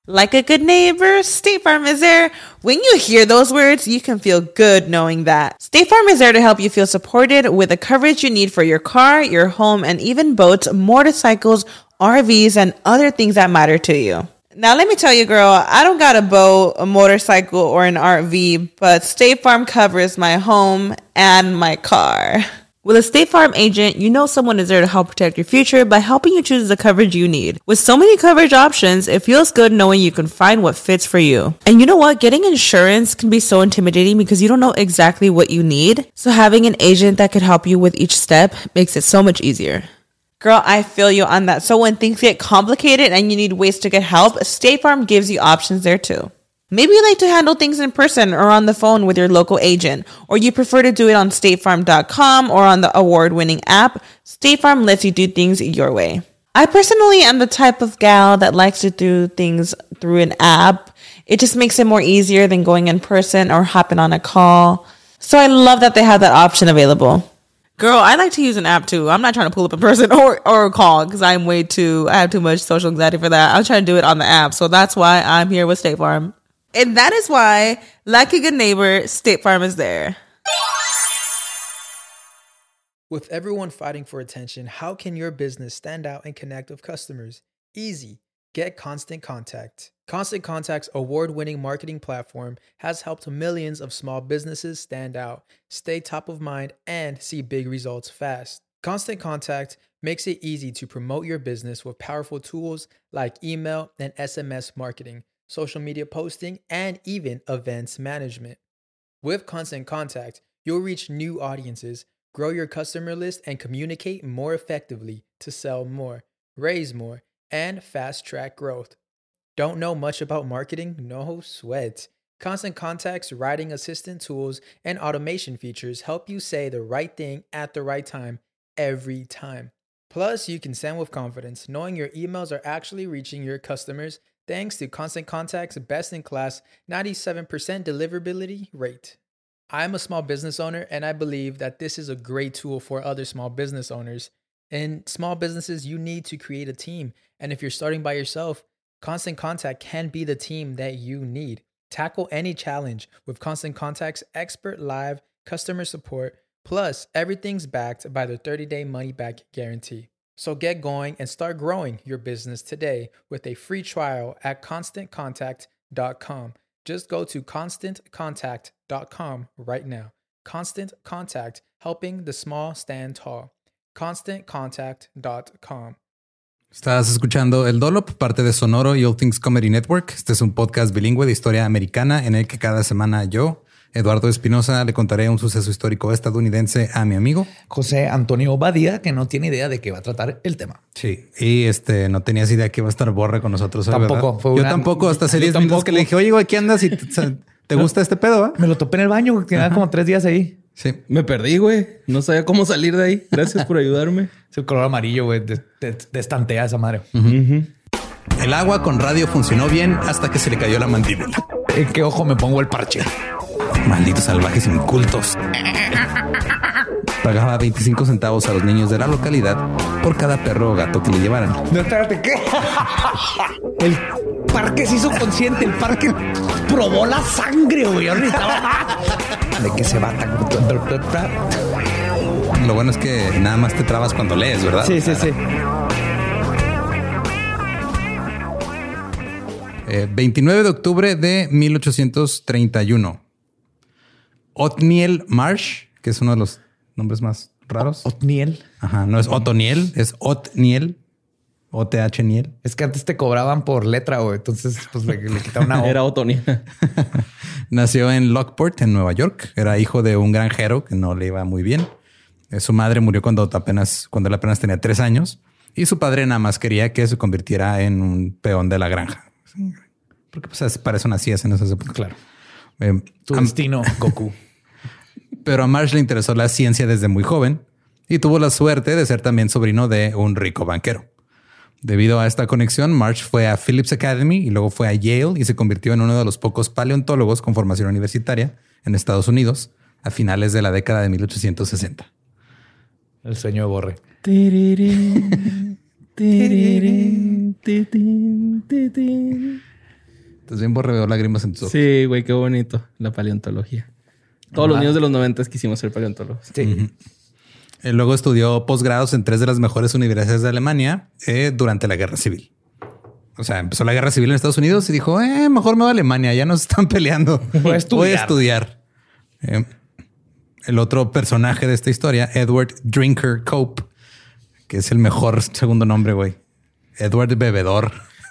Like a good neighbor, State Farm is there. When you hear those words, you can feel good knowing that. State Farm is there to help you feel supported with the coverage you need for your car, your home, and even boats, motorcycles, RVs, and other things that matter to you. Now, let me tell you, girl, I don't got a boat, a motorcycle, or an RV, but State Farm covers my home and my car. With a State Farm agent, you know someone is there to help protect your future by helping you choose the coverage you need. With so many coverage options, it feels good knowing you can find what fits for you. And you know what? Getting insurance can be so intimidating because you don't know exactly what you need. So having an agent that could help you with each step makes it so much easier. Girl, I feel you on that. So when things get complicated and you need ways to get help, State Farm gives you options there too. Maybe you like to handle things in person or on the phone with your local agent, or you prefer to do it on statefarm.com or on the award-winning app. State Farm lets you do things your way. I personally am the type of gal that likes to do things through an app. It just makes it more easier than going in person or hopping on a call. So I love that they have that option available. Girl, I like to use an app too. I'm not trying to pull up in person or call because I have too much social anxiety for that. I'm trying to do it on the app. So that's why I'm here with State Farm. And that is why, like a good neighbor, State Farm is there. With everyone fighting for attention, how can your business stand out and connect with customers? Easy. Get Constant Contact. Constant Contact's award-winning marketing platform has helped millions of small businesses stand out, stay top of mind, and see big results fast. Constant Contact makes it easy to promote your business with powerful tools like email and SMS marketing, social media posting, and even events management. With Constant Contact, you'll reach new audiences, grow your customer list, and communicate more effectively to sell more, raise more, and fast-track growth. Don't know much about marketing? No sweat. Constant Contact's writing assistant tools and automation features help you say the right thing at the right time every time. Plus, you can send with confidence, knowing your emails are actually reaching your customers thanks to Constant Contact's best-in-class 97% deliverability rate. I'm a small business owner, and I believe that this is a great tool for other small business owners. In small businesses, you need to create a team, and if you're starting by yourself, Constant Contact can be the team that you need. Tackle any challenge with Constant Contact's expert live customer support, plus everything's backed by the 30-day money-back guarantee. So get going and start growing your business today with a free trial at ConstantContact.com. Just go to ConstantContact.com right now. Constant Contact, helping the small stand tall. ConstantContact.com. Estás escuchando El Dollop, parte de Sonoro y All Things Comedy Network. Este es un podcast bilingüe de historia americana en el que cada semana yo, Eduardo Espinosa, le contaré un suceso histórico estadounidense a mi amigo José Antonio Badía, que no tiene idea de qué va a tratar el tema. Sí, y no tenías idea que iba a estar Borre con nosotros hoy, tampoco. Yo tampoco, hasta hace 10 minutos que le dije, oye, güey, ¿qué andas? ¿Te gusta este pedo? Me lo topé en el baño, tenía como 3 días ahí. Sí. Me perdí, güey. No sabía cómo salir de ahí. Gracias por ayudarme. Es el color amarillo, güey. Destantea esa madre. El agua con radio funcionó bien hasta que se le cayó la mandíbula. ¿En qué ojo me pongo el parche? Malditos salvajes incultos. Pagaba 25 centavos a los niños de la localidad por cada perro o gato que le llevaran. No, espérate, ¿qué? El parque se hizo consciente. El parque probó la sangre, güey. ¿De qué se va tan? Lo bueno es que nada más te trabas cuando lees, ¿verdad? Sí. 29 de octubre de 1831. Othniel Marsh, que es uno de los nombres más raros. Othniel. Ajá, no es Otoniel, es Othniel. OTH-Niel. Es que antes te cobraban por letra, güey. Entonces, pues le quitaron una O. Era Otoniel. Nació en Lockport, en Nueva York. Era hijo de un granjero que no le iba muy bien. Su madre murió cuando él apenas tenía 3 años. Y su padre nada más quería que se convirtiera en un peón de la granja. Porque pues para eso nacías en esas épocas. Claro. Tu destino, Goku. Pero a Marsh le interesó la ciencia desde muy joven y tuvo la suerte de ser también sobrino de un rico banquero. Debido a esta conexión, Marsh fue a Phillips Academy y luego fue a Yale y se convirtió en uno de los pocos paleontólogos con formación universitaria en Estados Unidos a finales de la década de 1860. El sueño de Borre. Estás bien borre, veo lágrimas en tus ojos. Sí, güey, qué bonito. La paleontología. Todos los niños de los 90 quisimos ser paleontólogos. Sí. Luego estudió posgrados en 3 de las mejores universidades de Alemania durante la Guerra Civil. O sea, empezó la Guerra Civil en Estados Unidos y dijo, mejor me voy a Alemania, ya nos están peleando. Voy a estudiar. El otro personaje de esta historia, Edward Drinker Cope, que es el mejor segundo nombre, güey. Edward Bebedor.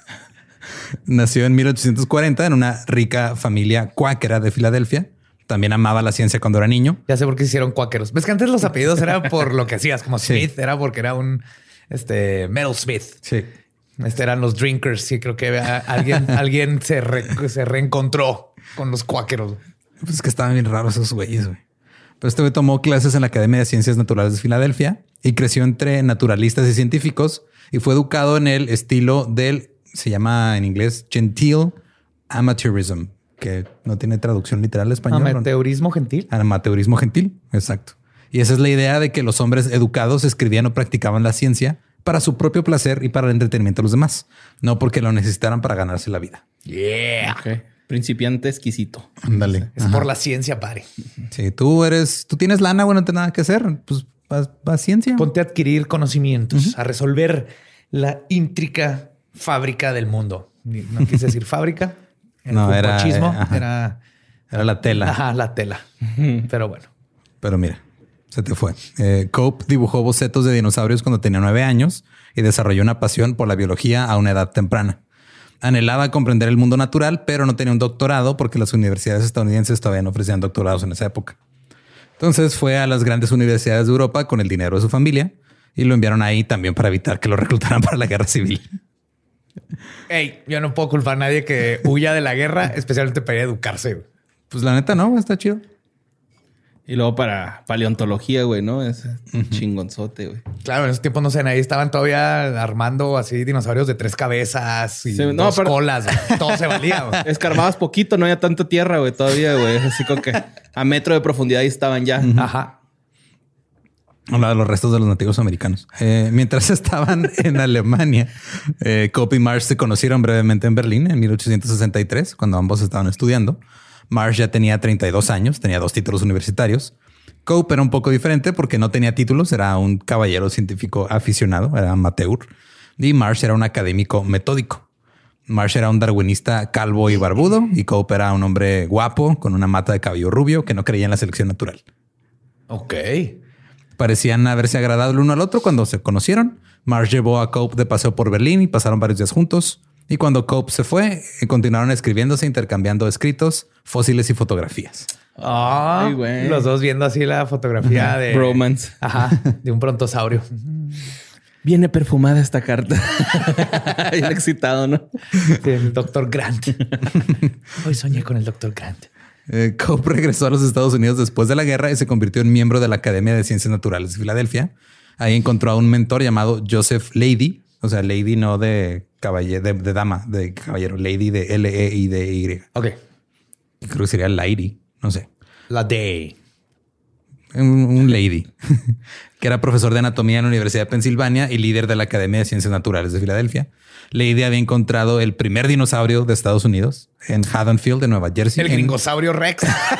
Nació en 1840 en una rica familia cuáquera de Filadelfia. También amaba la ciencia cuando era niño. Ya sé por qué se hicieron cuáqueros. Ves que antes los apellidos era por lo que hacías, como Smith, era porque era un Metal Smith. Sí. Eran los drinkers. Sí, creo que alguien se reencontró con los cuáqueros. Pues es que estaban bien raros esos güeyes, güey. Pero este güey tomó clases en la Academia de Ciencias Naturales de Filadelfia y creció entre naturalistas y científicos y fue educado en el estilo se llama en inglés genteel amateurism, que no tiene traducción literal al español. Amateurismo gentil. Amateurismo gentil, exacto. Y esa es la idea de que los hombres educados escribían o practicaban la ciencia para su propio placer y para el entretenimiento de los demás, no porque lo necesitaran para ganarse la vida. Yeah. Okay. Principiante exquisito. Ándale. Es por la ciencia, pare. Sí, tú tienes lana, bueno, no tienes nada que hacer. Pues va ciencia. Ponte a adquirir conocimientos, a resolver la intrica fábrica del mundo. No quise decir fábrica. No, era la tela. Ajá, la tela. Pero bueno. Pero mira, se te fue. Cope dibujó bocetos de dinosaurios cuando tenía 9 años y desarrolló una pasión por la biología a una edad temprana. Anhelaba comprender el mundo natural, pero no tenía un doctorado porque las universidades estadounidenses todavía no ofrecían doctorados en esa época. Entonces fue a las grandes universidades de Europa con el dinero de su familia y lo enviaron ahí también para evitar que lo reclutaran para la guerra civil. Hey, yo no puedo culpar a nadie que huya de la guerra, especialmente para ir a educarse. Pues la neta no, está chido. Y luego para paleontología, güey, ¿no? Es chingonzote, güey. Claro, en esos tiempos no sé, ahí estaban todavía armando así dinosaurios de 3 cabezas y dos colas. Güey. Todo se valía. Güey. Escarbabas poquito, no había tanta tierra, güey, todavía, güey. Así como que a metro de profundidad ahí estaban ya. Ajá. Hablaba de los restos de los nativos americanos. Mientras estaban en Alemania, Cope y Marsh se conocieron brevemente en Berlín en 1863, cuando ambos estaban estudiando. Marsh ya tenía 32 años, tenía 2 títulos universitarios. Cope era un poco diferente porque no tenía títulos, era un caballero científico aficionado, era amateur. Y Marsh era un académico metódico. Marsh era un darwinista calvo y barbudo y Cope era un hombre guapo con una mata de cabello rubio que no creía en la selección natural. Ok. Parecían haberse agradado el uno al otro cuando se conocieron. Marsh llevó a Cope de paseo por Berlín y pasaron varios días juntos. Y cuando Cope se fue, continuaron escribiéndose, intercambiando escritos, fósiles y fotografías. Ay, güey. Los dos viendo así la fotografía de... Bromance. Ajá, de un brontosaurio. Viene perfumada esta carta. Bien excitado, ¿no? Sí, el Dr. Grant. Hoy soñé con el Dr. Grant. Cope regresó a los Estados Unidos después de la guerra y se convirtió en miembro de la Academia de Ciencias Naturales de Filadelfia. Ahí encontró a un mentor llamado Joseph Leidy. O sea, Lady no de caballero, de dama, de caballero. Lady de L-E-I-D-Y. Ok. Creo que sería Lady. No sé. La Day. Un lady. Que era profesor de anatomía en la Universidad de Pensilvania y líder de la Academia de Ciencias Naturales de Filadelfia. Lady había encontrado el primer dinosaurio de Estados Unidos en Haddonfield, de Nueva Jersey. El gringosaurio Rex.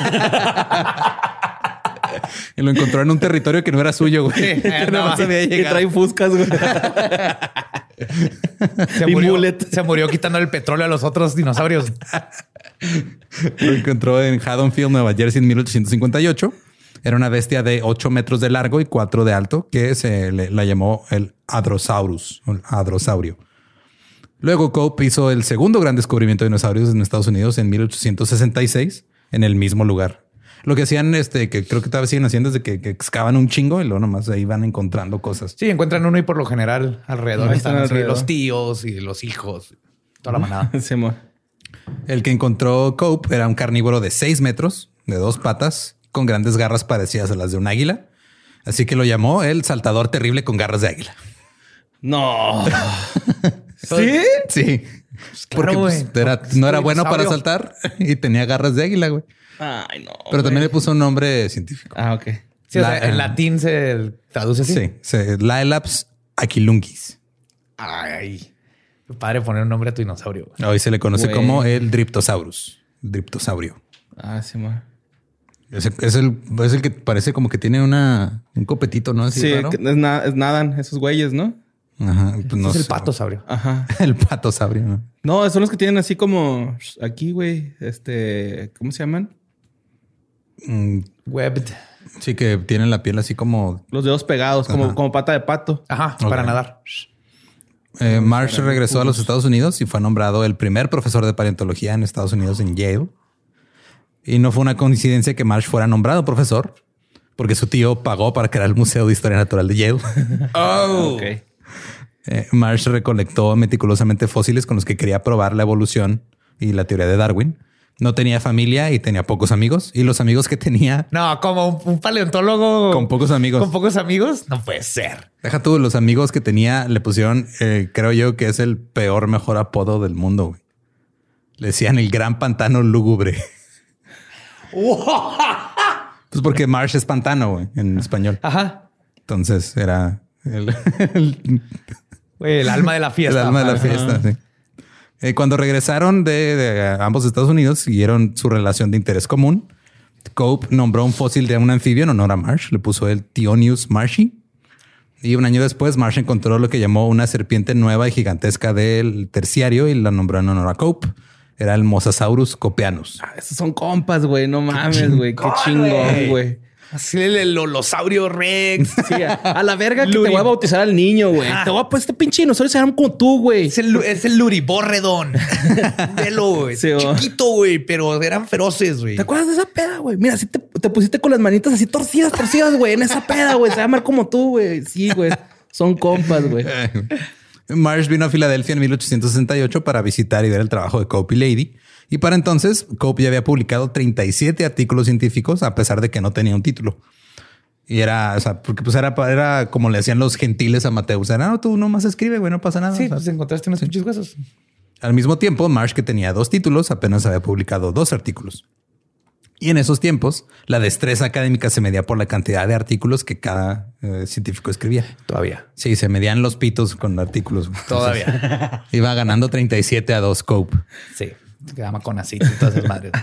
Y lo encontró en un territorio que no era suyo, güey. Que no sabía llegar. Y trae fuscas, güey. Se murió quitando el petróleo a los otros dinosaurios. Lo encontró en Haddonfield, Nueva Jersey en 1858. Era una bestia de 8 metros de largo y 4 de alto que la llamó el Hadrosaurus, el hadrosaurio. Luego Cope hizo el segundo gran descubrimiento de dinosaurios en Estados Unidos en 1866 en el mismo lugar. Lo que hacían, que creo que todavía siguen haciendo, es de que excavan un chingo y luego nomás ahí van encontrando cosas. Sí, encuentran uno y por lo general alrededor están alrededor. Los tíos y los hijos, toda la manada. El que encontró Cope era un carnívoro de 6 metros, de 2 patas, con grandes garras parecidas a las de un águila. Así que lo llamó el saltador terrible con garras de águila. No. ¿Sí? Sí. Pues claro, porque no era bueno para saltar y tenía garras de águila, güey. Ay, no. Pero también le puso un nombre científico. Ah, ok. Sí, en latín se traduce así. Sí, Laelaps aquilunquis. Ay. Padre poner un nombre a tu dinosaurio. Hoy se le conoce Güey. como el Dryptosaurus. Dryptosaurio. Ah, sí, man. Es el que parece como que tiene un copetito, ¿no? Así Sí, raro. que nadan esos güeyes, ¿no? Ajá. Pues no Es el sé. patosaurio. Ajá. El patosaurio, ¿no? No, son los que tienen así como aquí, güey. ¿Cómo se llaman? Mm, Webbed. sí, que tienen la piel así como... Los dedos pegados, como pata de pato. Ajá, Ok. para nadar. Marsh regresó a los Estados Unidos y fue nombrado el primer profesor de paleontología en Estados Unidos en Yale. Y no fue una coincidencia que Marsh fuera nombrado profesor, porque su tío pagó para crear el Museo de Historia Natural de Yale. Ok. Marsh recolectó meticulosamente fósiles con los que quería probar la evolución y la teoría de Darwin. No tenía familia y tenía pocos amigos. Y los amigos que tenía... No, como un paleontólogo. Con pocos amigos. Con pocos amigos. No puede ser. Deja tú, los amigos que tenía le pusieron, creo yo que es el mejor apodo del mundo, güey. Le decían el gran pantano lúgubre. Pues porque Marsh es pantano, güey, en español. Ajá. Entonces era Güey, el alma de la fiesta. el alma de la Ajá. fiesta. Sí. Cuando regresaron de ambos Estados Unidos, siguieron su relación de interés común. Cope nombró un fósil de un anfibio en honor a Marsh. Le puso el Thionius marshi. Y un año después, Marsh encontró lo que llamó una serpiente nueva y gigantesca del terciario y la nombró en honor a Cope. Era el Mosasaurus copeanus. Esos son compas, güey. No mames, güey. Qué chingón, güey. Así el Holosaurio Rex. Sí, a la verga que te voy a bautizar al niño, güey. Te voy a poner este pinche dinosaurio se llaman como tú, güey. Es el Luriborredón. Velo, güey. Sí, güey. Chiquito, güey, pero eran feroces, güey. ¿Te acuerdas de esa peda, güey? Mira, así te pusiste con las manitas así torcidas, güey, en esa peda, güey. Se va a llamar como tú, güey. Sí, güey. Son compas, güey. Marsh vino a Filadelfia en 1868 para visitar y ver el trabajo de Cope y Lady. Y para entonces, Cope ya había publicado 37 artículos científicos, a pesar de que no tenía un título. Y era, o sea, porque pues era como le hacían los gentiles amateurs. Era, no, tú nomás escribe, güey, no pasa nada. Sí, O sea, pues encontraste unos pinches huesos. al mismo tiempo, Marsh, que tenía 2 títulos, apenas había publicado 2 artículos. Y en esos tiempos, la destreza académica se medía por la cantidad de artículos que cada científico escribía. Todavía. Sí, se medían los pitos con artículos. Todavía. Entonces, iba ganando 37-2 Cope. Sí. Se llama con así y todas esas madres.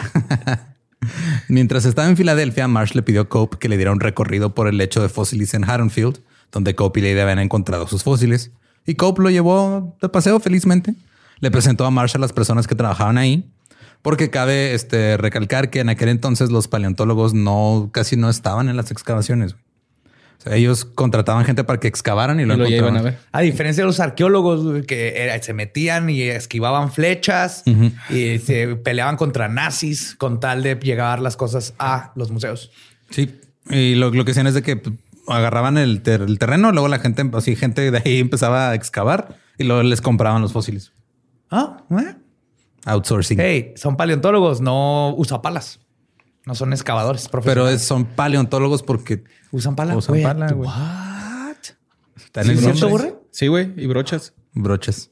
Mientras estaba en Filadelfia, Marsh le pidió a Cope que le diera un recorrido por el lecho de fósiles en Haddonfield, donde Cope y Lady habían encontrado sus fósiles. Y Cope lo llevó de paseo felizmente. Le presentó a Marsh a las personas que trabajaban ahí, porque cabe recalcar que en aquel entonces los paleontólogos casi no estaban en las excavaciones. O sea, ellos contrataban gente para que excavaran y lo llevan encontraban. a ver. A diferencia de los arqueólogos güey, que se metían y esquivaban flechas y se peleaban contra nazis con tal de llevar las cosas a los museos. Sí. Y lo que hacían es de que pues, agarraban el terreno, luego la gente, así gente de ahí empezaba a excavar y luego les compraban los fósiles. Ah, Outsourcing. hey, son paleontólogos, no usan palas. No son excavadores Pero profesionales. son paleontólogos porque Usan pala. usan Güey, pala, güey. What? están ¿Sí en es nombre. cierto, Borre? Sí, güey. Y brochas. Broches.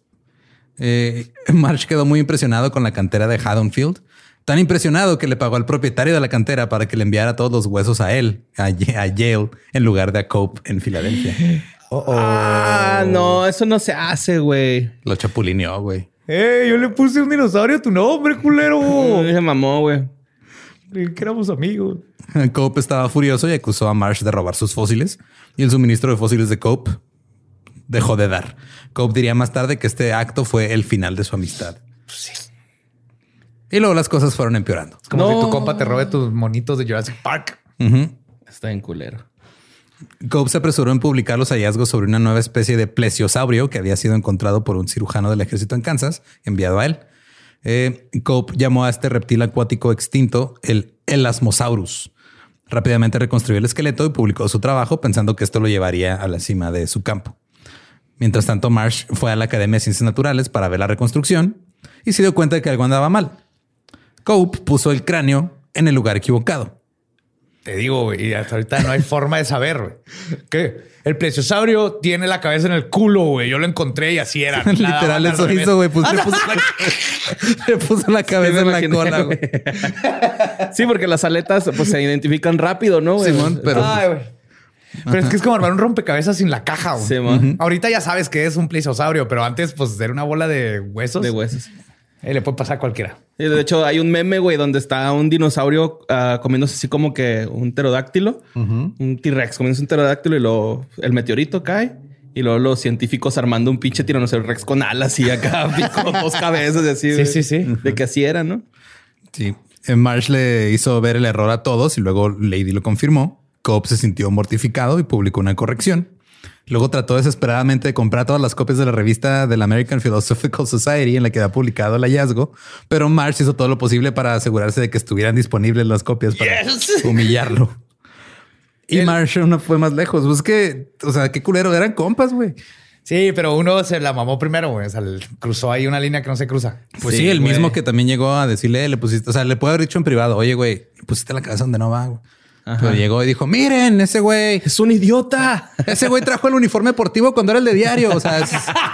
Marsh quedó muy impresionado con la cantera de Haddonfield. Tan impresionado que le pagó al propietario de la cantera para que le enviara todos los huesos a él, a Yale, en lugar de a Cope en Filadelfia. Ah, no. Eso no se hace, güey. Lo chapulineó, güey. Hey, yo le puse un dinosaurio a tu nombre, culero. Se mamó, güey. Creí que éramos amigos. Cope estaba furioso y acusó a Marsh de robar sus fósiles, y el suministro de fósiles de Cope dejó de dar. Cope diría más tarde que este acto fue el final de su amistad. Sí. Y luego las cosas fueron empeorando. Es como No. si tu compa te robe tus monitos de Jurassic Park. Está en culero. Cope se apresuró en publicar los hallazgos sobre una nueva especie de plesiosaurio que había sido encontrado por un cirujano del ejército en Kansas, enviado a él. Cope llamó a este reptil acuático extinto el Elasmosaurus. Rápidamente reconstruyó el esqueleto y publicó su trabajo pensando que esto lo llevaría a la cima de su campo. Mientras tanto, Marsh fue a la Academia de Ciencias Naturales para ver la reconstrucción y se dio cuenta de que algo andaba mal. Cope puso el cráneo en el lugar equivocado. Te digo, güey, y hasta ahorita no hay forma de saber, güey. ¿Qué? El plesiosaurio tiene la cabeza en el culo, güey. Yo lo encontré y así era. Literal, eso hizo, güey. Pues le puso la cabeza en la cola, güey. Sí, porque las aletas pues se identifican rápido, ¿no, güey? Simón, pero Ay, güey. Pero es que es como armar un rompecabezas sin la caja. Güey. Sí, man. Ahorita ya sabes que es un plesiosauro, pero antes pues era una bola de huesos. De huesos. Le puede pasar a cualquiera. Y de hecho, hay un meme, güey, donde está un dinosaurio comiéndose así como que un pterodáctilo. Un T-Rex comiéndose un pterodáctilo y luego el meteorito cae. Y luego los científicos armando un pinche tiranosaurio Rex con alas y acá con 2 cabezas y así. Sí. De que así era, ¿no? Sí. Marsh le hizo ver el error a todos y luego Lady lo confirmó. Cope se sintió mortificado y publicó una corrección. Luego trató desesperadamente de comprar todas las copias de la revista del American Philosophical Society en la que había publicado el hallazgo, pero Marsh hizo todo lo posible para asegurarse de que estuvieran disponibles las copias para humillarlo. Y Marsh no fue más lejos. Pues que, o sea, qué culero. Eran compas, güey. Sí, pero uno se la mamó primero, güey. O sea, cruzó ahí una línea que no se cruza. Pues sí, el güey. mismo que también llegó a decirle, le pusiste, o sea, le puede haber dicho en privado, oye, güey, le pusiste la cabeza donde no va, güey. Pero llegó y dijo, miren, ese güey ¡Es un idiota! ese güey trajo el uniforme deportivo cuando era el de diario. O sea,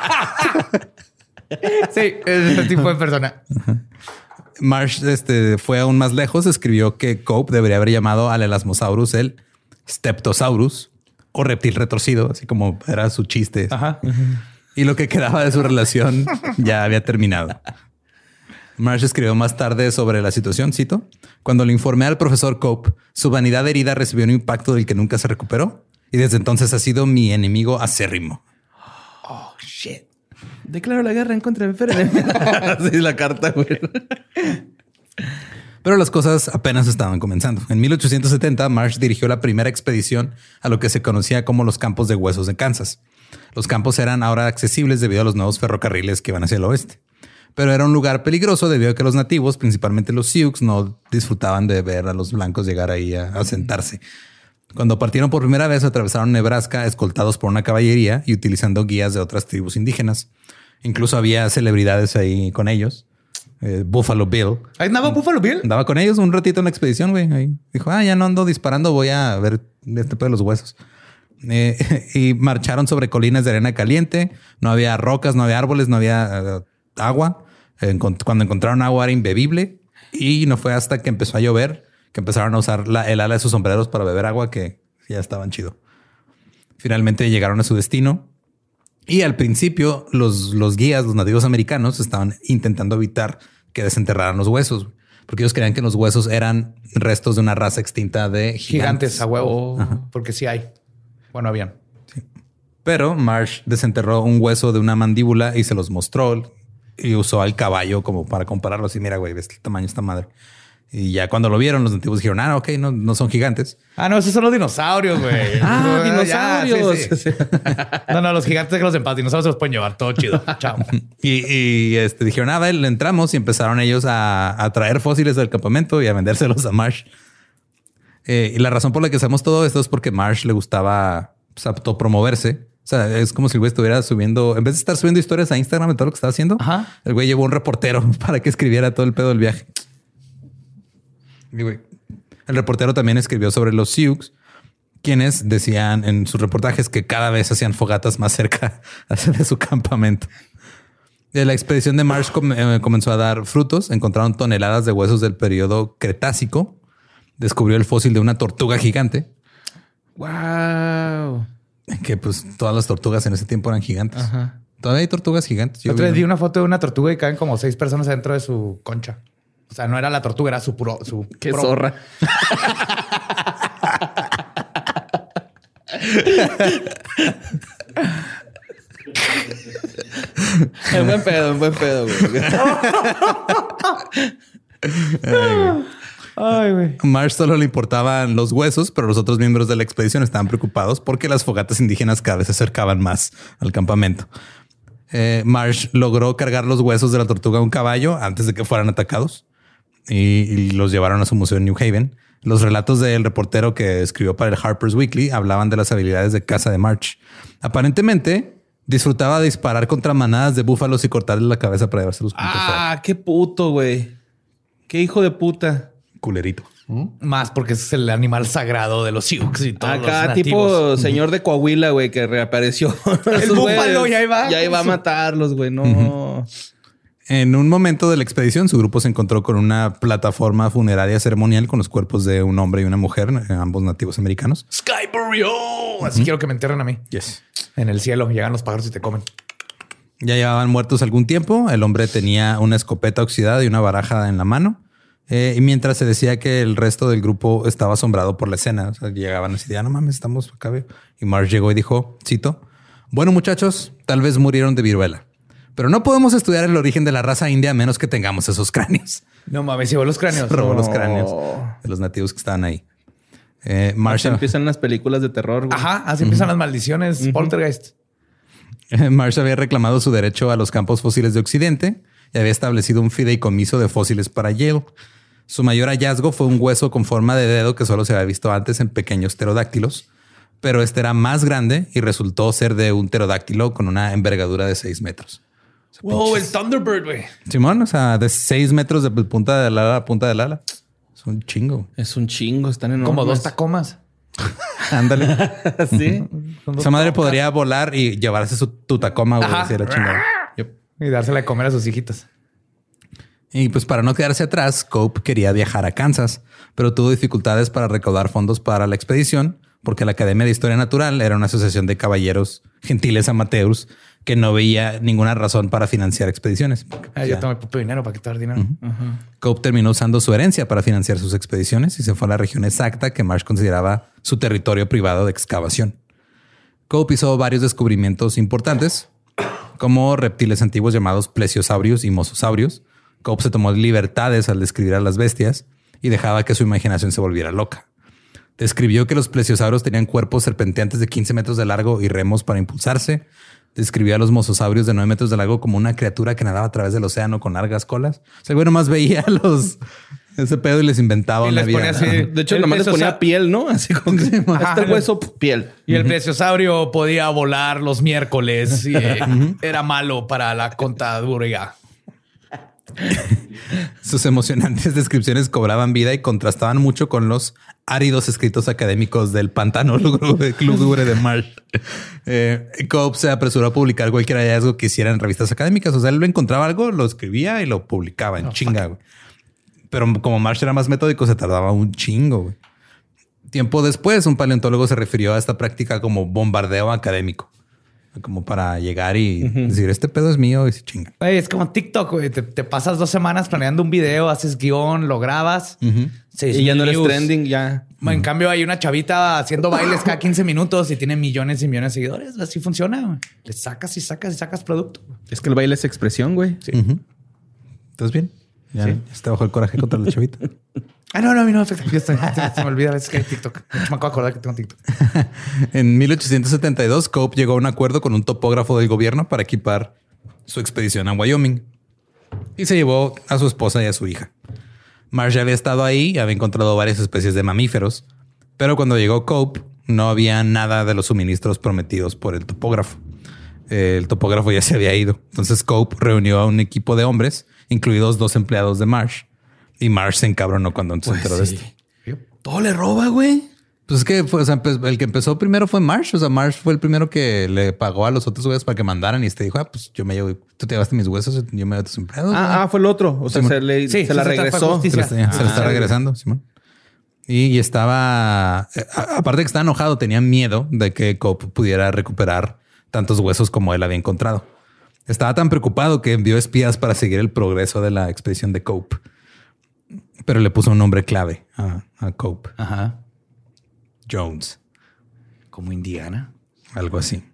Sí, es ese tipo de persona. Marsh fue aún más lejos. Escribió que Cope debería haber llamado al Elasmosaurus el Steptosaurus o reptil retorcido, así como era su chiste. Ajá. Y lo que quedaba de su relación ya había terminado. Marsh escribió más tarde sobre la situación, cito, cuando le informé al profesor Cope, su vanidad herida recibió un impacto del que nunca se recuperó y desde entonces ha sido mi enemigo acérrimo. Oh, shit. Declaro la guerra en contra de Feren. Sí, la carta, güey. Pero las cosas apenas estaban comenzando. En 1870, Marsh dirigió la primera expedición a lo que se conocía como los campos de huesos de Kansas. Los campos eran ahora accesibles debido a los nuevos ferrocarriles que iban hacia el oeste. Pero era un lugar peligroso debido a que los nativos, principalmente los Sioux, no disfrutaban de ver a los blancos llegar ahí a sentarse. Cuando partieron por primera vez, atravesaron Nebraska escoltados por una caballería y utilizando guías de otras tribus indígenas. Incluso había celebridades ahí con ellos. Buffalo Bill. ¿Ahí andaba Buffalo Bill? Andaba con ellos un ratito en la expedición, güey. Ahí dijo, ya no ando disparando, voy a ver este pedo de los huesos. Y marcharon sobre colinas de arena caliente. No había rocas, no había árboles, no había agua. Cuando encontraron agua era imbebible. Y no fue hasta que empezó a llover que empezaron a usar el ala de sus sombreros para beber agua, que ya estaban chido. Finalmente llegaron a su destino. Y al principio los guías, los nativos americanos, estaban intentando evitar que desenterraran los huesos, porque ellos creían que los huesos eran restos de una raza extinta de gigantes a huevo. Porque sí hay. Bueno, habían. Sí. Pero Marsh desenterró un hueso de una mandíbula y se los mostró y usó al caballo como para compararlo. Así, mira, güey, ves el tamaño de esta madre. Y ya cuando lo vieron, los nativos dijeron, ok, no son gigantes. No, esos son los dinosaurios, güey. Dinosaurios. Sí. No, los gigantes que los demás dinosaurios se los pueden llevar. Todo chido. Chao. Y dijeron, le entramos y empezaron ellos a traer fósiles del campamento y a vendérselos a Marsh. Y la razón por la que hacemos todo esto es porque Marsh le gustaba autopromoverse. O sea, es como si el güey estuviera subiendo, en vez de estar subiendo historias a Instagram de todo lo que estaba haciendo, el güey llevó un reportero para que escribiera todo el pedo del viaje. Y güey, el reportero también escribió sobre los Sioux, quienes decían en sus reportajes que cada vez hacían fogatas más cerca de su campamento. La expedición de Marsh comenzó a dar frutos. Encontraron toneladas de huesos del periodo Cretácico. Descubrió el fósil de una tortuga gigante. Wow. Que pues todas las tortugas en ese tiempo eran gigantes. Ajá. Todavía hay tortugas gigantes. Otra vez vi una foto de una tortuga y caen como 6 personas dentro de su concha. O sea, no era la tortuga, era su Qué zorra. Un buen pedo, güey. Ay, güey. Marsh solo le importaban los huesos, pero los otros miembros de la expedición estaban preocupados porque las fogatas indígenas cada vez se acercaban más al campamento. Marsh logró cargar los huesos de la tortuga a un caballo antes de que fueran atacados y los llevaron a su museo en New Haven. Los relatos del reportero que escribió para el Harper's Weekly hablaban de las habilidades de caza de Marsh. Aparentemente disfrutaba de disparar contra manadas de búfalos y cortarles la cabeza para llevarse los puntos fuera. Qué puto, güey. Qué hijo de puta. Culerito. Más porque es el animal sagrado de los Sioux y todos los Acá, nativos. tipo señor de Coahuila, güey, que reapareció. El búfalo ya iba. Ya iba a matarlos, güey. No. En un momento de la expedición, su grupo se encontró con una plataforma funeraria ceremonial con los cuerpos de un hombre y una mujer, ambos nativos americanos. Sky Burial. Así quiero que me entierren a mí. Yes. En el cielo llegan los pájaros y te comen. Ya llevaban muertos algún tiempo. El hombre tenía una escopeta oxidada y una baraja en la mano. Y mientras se decía que el resto del grupo estaba asombrado por la escena. O sea, llegaban así de, no mames, estamos acá. Y Marsh llegó y dijo, cito, bueno, muchachos, tal vez murieron de viruela, pero no podemos estudiar el origen de la raza india a menos que tengamos esos cráneos. No mames, llevó los cráneos. Robó los cráneos de los nativos que estaban ahí. Marsh empiezan las películas de terror, güey. Ajá, así empiezan las maldiciones. Poltergeist. Marsh había reclamado su derecho a los campos fósiles de Occidente y había establecido un fideicomiso de fósiles para Yale. Su mayor hallazgo fue un hueso con forma de dedo que solo se había visto antes en pequeños pterodáctilos, pero este era más grande y resultó ser de un pterodáctilo con una envergadura de 6 metros. O sea, Wow, el Thunderbird, güey. Simón, o sea, de 6 metros de punta del ala a punta del ala. Es un chingo. Es un chingo, están enormes. Como 2 tacomas. Ándale. Sí. Esa madre podría volar y llevarse tu tacoma, güey. Ajá. Si era chingada. Yep. Y dársela de comer a sus hijitas. Y pues para no quedarse atrás, Cope quería viajar a Kansas, pero tuvo dificultades para recaudar fondos para la expedición porque la Academia de Historia Natural era una asociación de caballeros gentiles amateurs que no veía ninguna razón para financiar expediciones. Yo tomo mi propio dinero para quitar dinero. Cope terminó usando su herencia para financiar sus expediciones y se fue a la región exacta que Marsh consideraba su territorio privado de excavación. Cope hizo varios descubrimientos importantes, como reptiles antiguos llamados plesiosaurios y mososaurios. Cope se tomó libertades al describir a las bestias y dejaba que su imaginación se volviera loca. Describió que los plesiosaurios tenían cuerpos serpenteantes de 15 metros de largo y remos para impulsarse. Describió a los mososaurios de 9 metros de largo como una criatura que nadaba a través del océano con largas colas. O sea, el güey nomás veía ese pedo y les inventaba Y una les vida. ponía así. De hecho, nomás les ponía piel, ¿no? Así como que hasta el hueso, piel. Y el plesiosaurio podía volar los miércoles y era malo para la contaduría. Sus emocionantes descripciones cobraban vida y contrastaban mucho con los áridos escritos académicos del pantano lúgubre de Marsh. Cope se apresuró a publicar cualquier hallazgo que hiciera en revistas académicas. O sea, él lo encontraba algo, lo escribía y lo publicaba en chinga. Güey. Pero como Marsh era más metódico, se tardaba un chingo. Güey. Tiempo después, un paleontólogo se refirió a esta práctica como bombardeo académico. Como para llegar y decir, este pedo es mío y se chinga. Güey, es como TikTok, güey. Te pasas 2 semanas planeando un video, haces guión, lo grabas. Y ya no eres trending, ya. En cambio, hay una chavita haciendo bailes cada 15 minutos y tiene millones y millones de seguidores. Así funciona, güey. Le sacas y sacas y sacas producto. Es que el baile es expresión, güey. Sí. ¿Estás bien? Ya está bajo el coraje contra la chavita. No, a mí no me afecta. Se me olvida a veces que hay TikTok. Me acabo de acordar que tengo TikTok. En 1872, Cope llegó a un acuerdo con un topógrafo del gobierno para equipar su expedición a Wyoming y se llevó a su esposa y a su hija. Marsh había estado ahí y había encontrado varias especies de mamíferos, pero cuando llegó Cope no había nada de los suministros prometidos por el topógrafo. El topógrafo ya se había ido. Entonces Cope reunió a un equipo de hombres, incluidos 2 empleados de Marsh. Y Marsh se encabronó cuando se enteró de esto. Todo le roba, güey. Pues es que el que empezó primero fue Marsh. O sea, Marsh fue el primero que le pagó a los otros güeyes para que mandaran y dijo, pues yo me llevo, tú te llevaste mis huesos, yo me llevo a tus empleados. Fue el otro. O sea, se la regresó. Se la está regresando, Simón. Y estaba, aparte de que estaba enojado, tenía miedo de que Cope pudiera recuperar tantos huesos como él había encontrado. Estaba tan preocupado que envió espías para seguir el progreso de la expedición de Cope. Pero le puso un nombre clave a Cope. Ajá. Jones. Como Indiana. Algo así.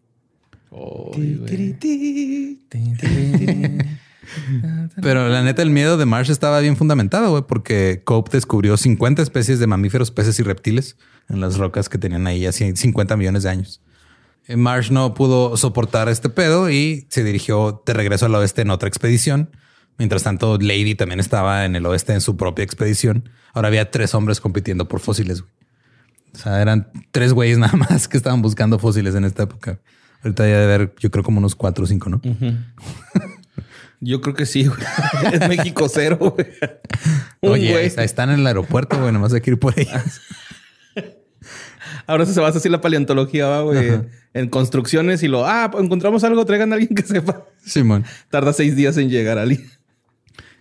Pero la neta, el miedo de Marsh estaba bien fundamentado, güey, porque Cope descubrió 50 especies de mamíferos, peces y reptiles en las rocas que tenían ahí hace 50 millones de años. Marsh no pudo soportar este pedo y se dirigió de regreso al oeste en otra expedición. Mientras tanto, Lady también estaba en el oeste en su propia expedición. Ahora había 3 hombres compitiendo por fósiles, güey. O sea, eran 3 güeyes nada más que estaban buscando fósiles en esta época. Ahorita ya debe haber, yo creo, como unos 4 o 5, ¿no? Yo creo que sí, güey. Es México 0, güey. Oye, están en el aeropuerto, güey. Nomás hay que ir por ellos. Ahora se va a hacer la paleontología, güey. En construcciones y encontramos algo, traigan a alguien que sepa. Simón. Tarda 6 días en llegar a alguien.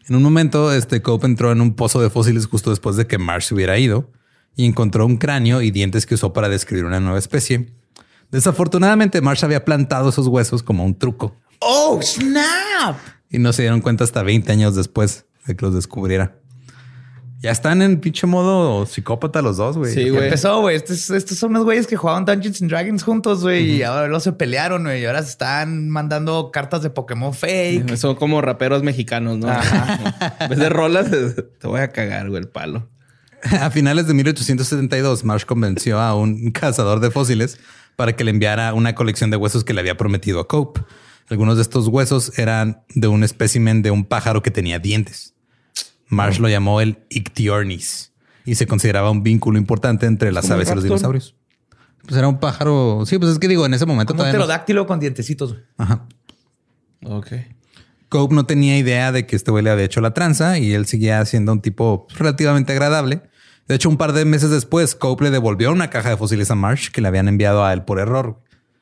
En un momento, Cope entró en un pozo de fósiles justo después de que Marsh se hubiera ido y encontró un cráneo y dientes que usó para describir una nueva especie. Desafortunadamente, Marsh había plantado esos huesos como un truco. ¡Oh, snap! Y no se dieron cuenta hasta 20 años después de que los descubriera. Ya están en pinche modo psicópata los dos, güey. Sí, güey. Empezó, güey. Estos son unos güeyes que jugaban Dungeons and Dragons juntos, güey. Y ahora luego se pelearon, güey. Y ahora se están mandando cartas de Pokémon fake. Son como raperos mexicanos, ¿no? En vez de rolas, te voy a cagar, güey, el palo. A finales de 1872, Marsh convenció a un cazador de fósiles para que le enviara una colección de huesos que le había prometido a Cope. Algunos de estos huesos eran de un espécimen de un pájaro que tenía dientes. Marsh lo llamó el Ichthyornis y se consideraba un vínculo importante entre las aves y los dinosaurios. Pues era un pájaro. Sí, pues es que digo, en ese momento como un todavía pterodáctilo con dientecitos. Ajá. Ok. Cope no tenía idea de que este güey le había hecho la tranza y él seguía siendo un tipo relativamente agradable. De hecho, un par de meses después, Cope le devolvió una caja de fósiles a Marsh que le habían enviado a él por error.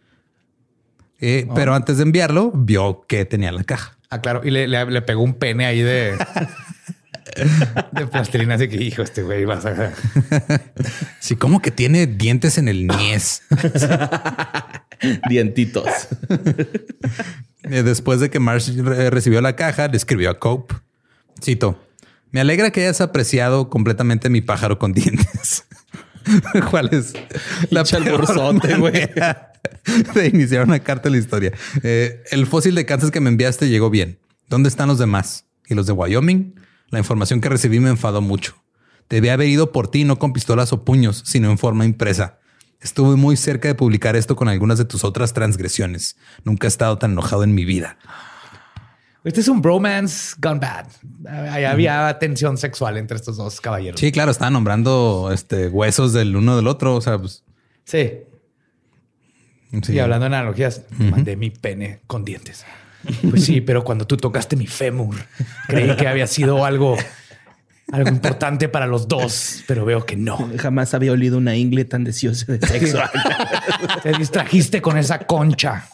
Pero antes de enviarlo, vio que tenía la caja. Ah, claro. Y le pegó un pene ahí de plastilina. Así que, hijo, este güey vas a... Sí, como que tiene dientes en el niés. Dientitos. Después de que Marsh recibió la caja, le escribió a Cope. Cito: "Me alegra que hayas apreciado completamente mi pájaro con dientes". ¿Cuál es la chalborzote, güey? De iniciar una carta de la historia. El fósil de Kansas que me enviaste llegó bien. ¿Dónde están los demás? ¿Y los de Wyoming? La información que recibí me enfadó mucho. Debí haber ido por ti, no con pistolas o puños, sino en forma impresa. Estuve muy cerca de publicar esto con algunas de tus otras transgresiones. Nunca he estado tan enojado en mi vida. Este es un bromance gone bad. Ahí había tensión sexual entre estos dos caballeros. Sí, claro, estaban nombrando huesos del uno del otro. O sea, pues sí. sí. Y hablando de analogías, mandé mi pene con dientes. Pues sí, pero cuando tú tocaste mi fémur, creí que había sido algo importante para los dos, pero veo que no. Jamás había olido una ingle tan deseosa de sexo. Te distrajiste con esa concha.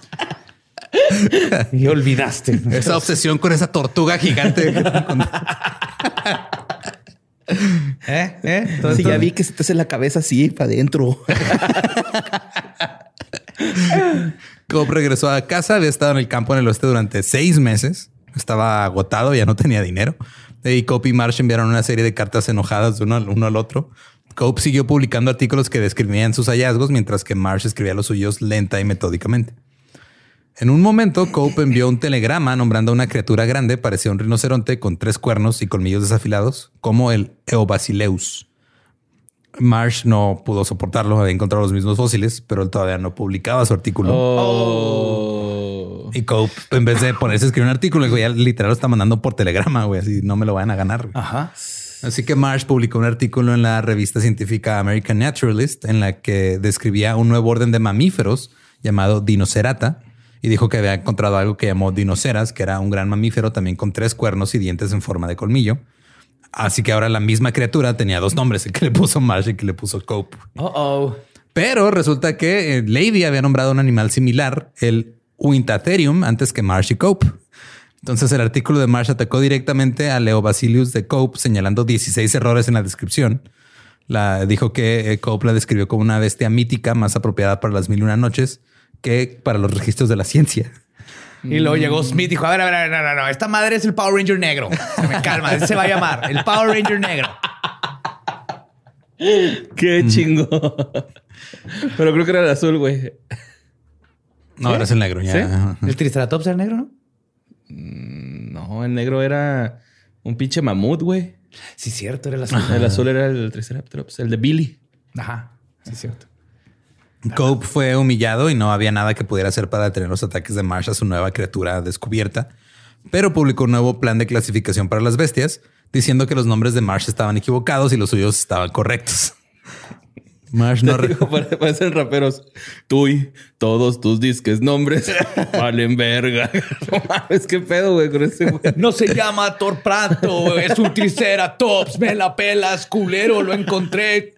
Y olvidaste esa obsesión con esa tortuga gigante. Entonces, sí, ya vi que se te hace la cabeza así para adentro. Cope regresó a casa, había estado en el campo en el oeste durante 6 meses. Estaba agotado, ya no tenía dinero. Y Cope y Marsh enviaron una serie de cartas enojadas de uno al otro. Cope siguió publicando artículos que describían sus hallazgos, mientras que Marsh escribía los suyos lenta y metódicamente. En un momento, Cope envió un telegrama nombrando a una criatura grande, parecía un rinoceronte con 3 cuernos y colmillos desafilados, como el Eobasileus. Marsh no pudo soportarlo, había encontrado los mismos fósiles, pero él todavía no publicaba su artículo. Y Cope, en vez de ponerse a escribir un artículo, ya literal lo está mandando por telegrama, güey, así no me lo vayan a ganar. Ajá. Así que Marsh publicó un artículo en la revista científica American Naturalist en la que describía un nuevo orden de mamíferos llamado Dinocerata y dijo que había encontrado algo que llamó Dinoceras, que era un gran mamífero también con 3 cuernos y dientes en forma de colmillo. Así que ahora la misma criatura tenía 2 nombres, el que le puso Marsh y el que le puso Cope. Pero resulta que Lady había nombrado un animal similar, el Uintatherium, antes que Marsh y Cope. Entonces el artículo de Marsh atacó directamente a Eobasileus de Cope, señalando 16 errores en la descripción. Dijo que Cope la describió como una bestia mítica más apropiada para las 1001 noches que para los registros de la ciencia. Y luego llegó Smith y dijo, a ver, no. Esta madre es el Power Ranger negro. Se me calma, él se va a llamar el Power Ranger negro. Qué chingo. Pero creo que era el azul, güey. No, ahora es el negro. Ya. ¿Sí? ¿El Triceratops era el negro, no? No, el negro era un pinche mamut, güey. Sí, cierto, era el azul. El azul era el Triceratops, el de Billy. Ajá, sí, cierto. Cope fue humillado y no había nada que pudiera hacer para detener los ataques de Marsh a su nueva criatura descubierta, pero publicó un nuevo plan de clasificación para las bestias, diciendo que los nombres de Marsh estaban equivocados y los suyos estaban correctos. Marsh no... Parecen raperos. Tuy, todos tus disques nombres valen verga. No mames, qué pedo, güey, con ese güey. No se llama Torpranto, es un Triceratops. Me la pelas, culero, lo encontré.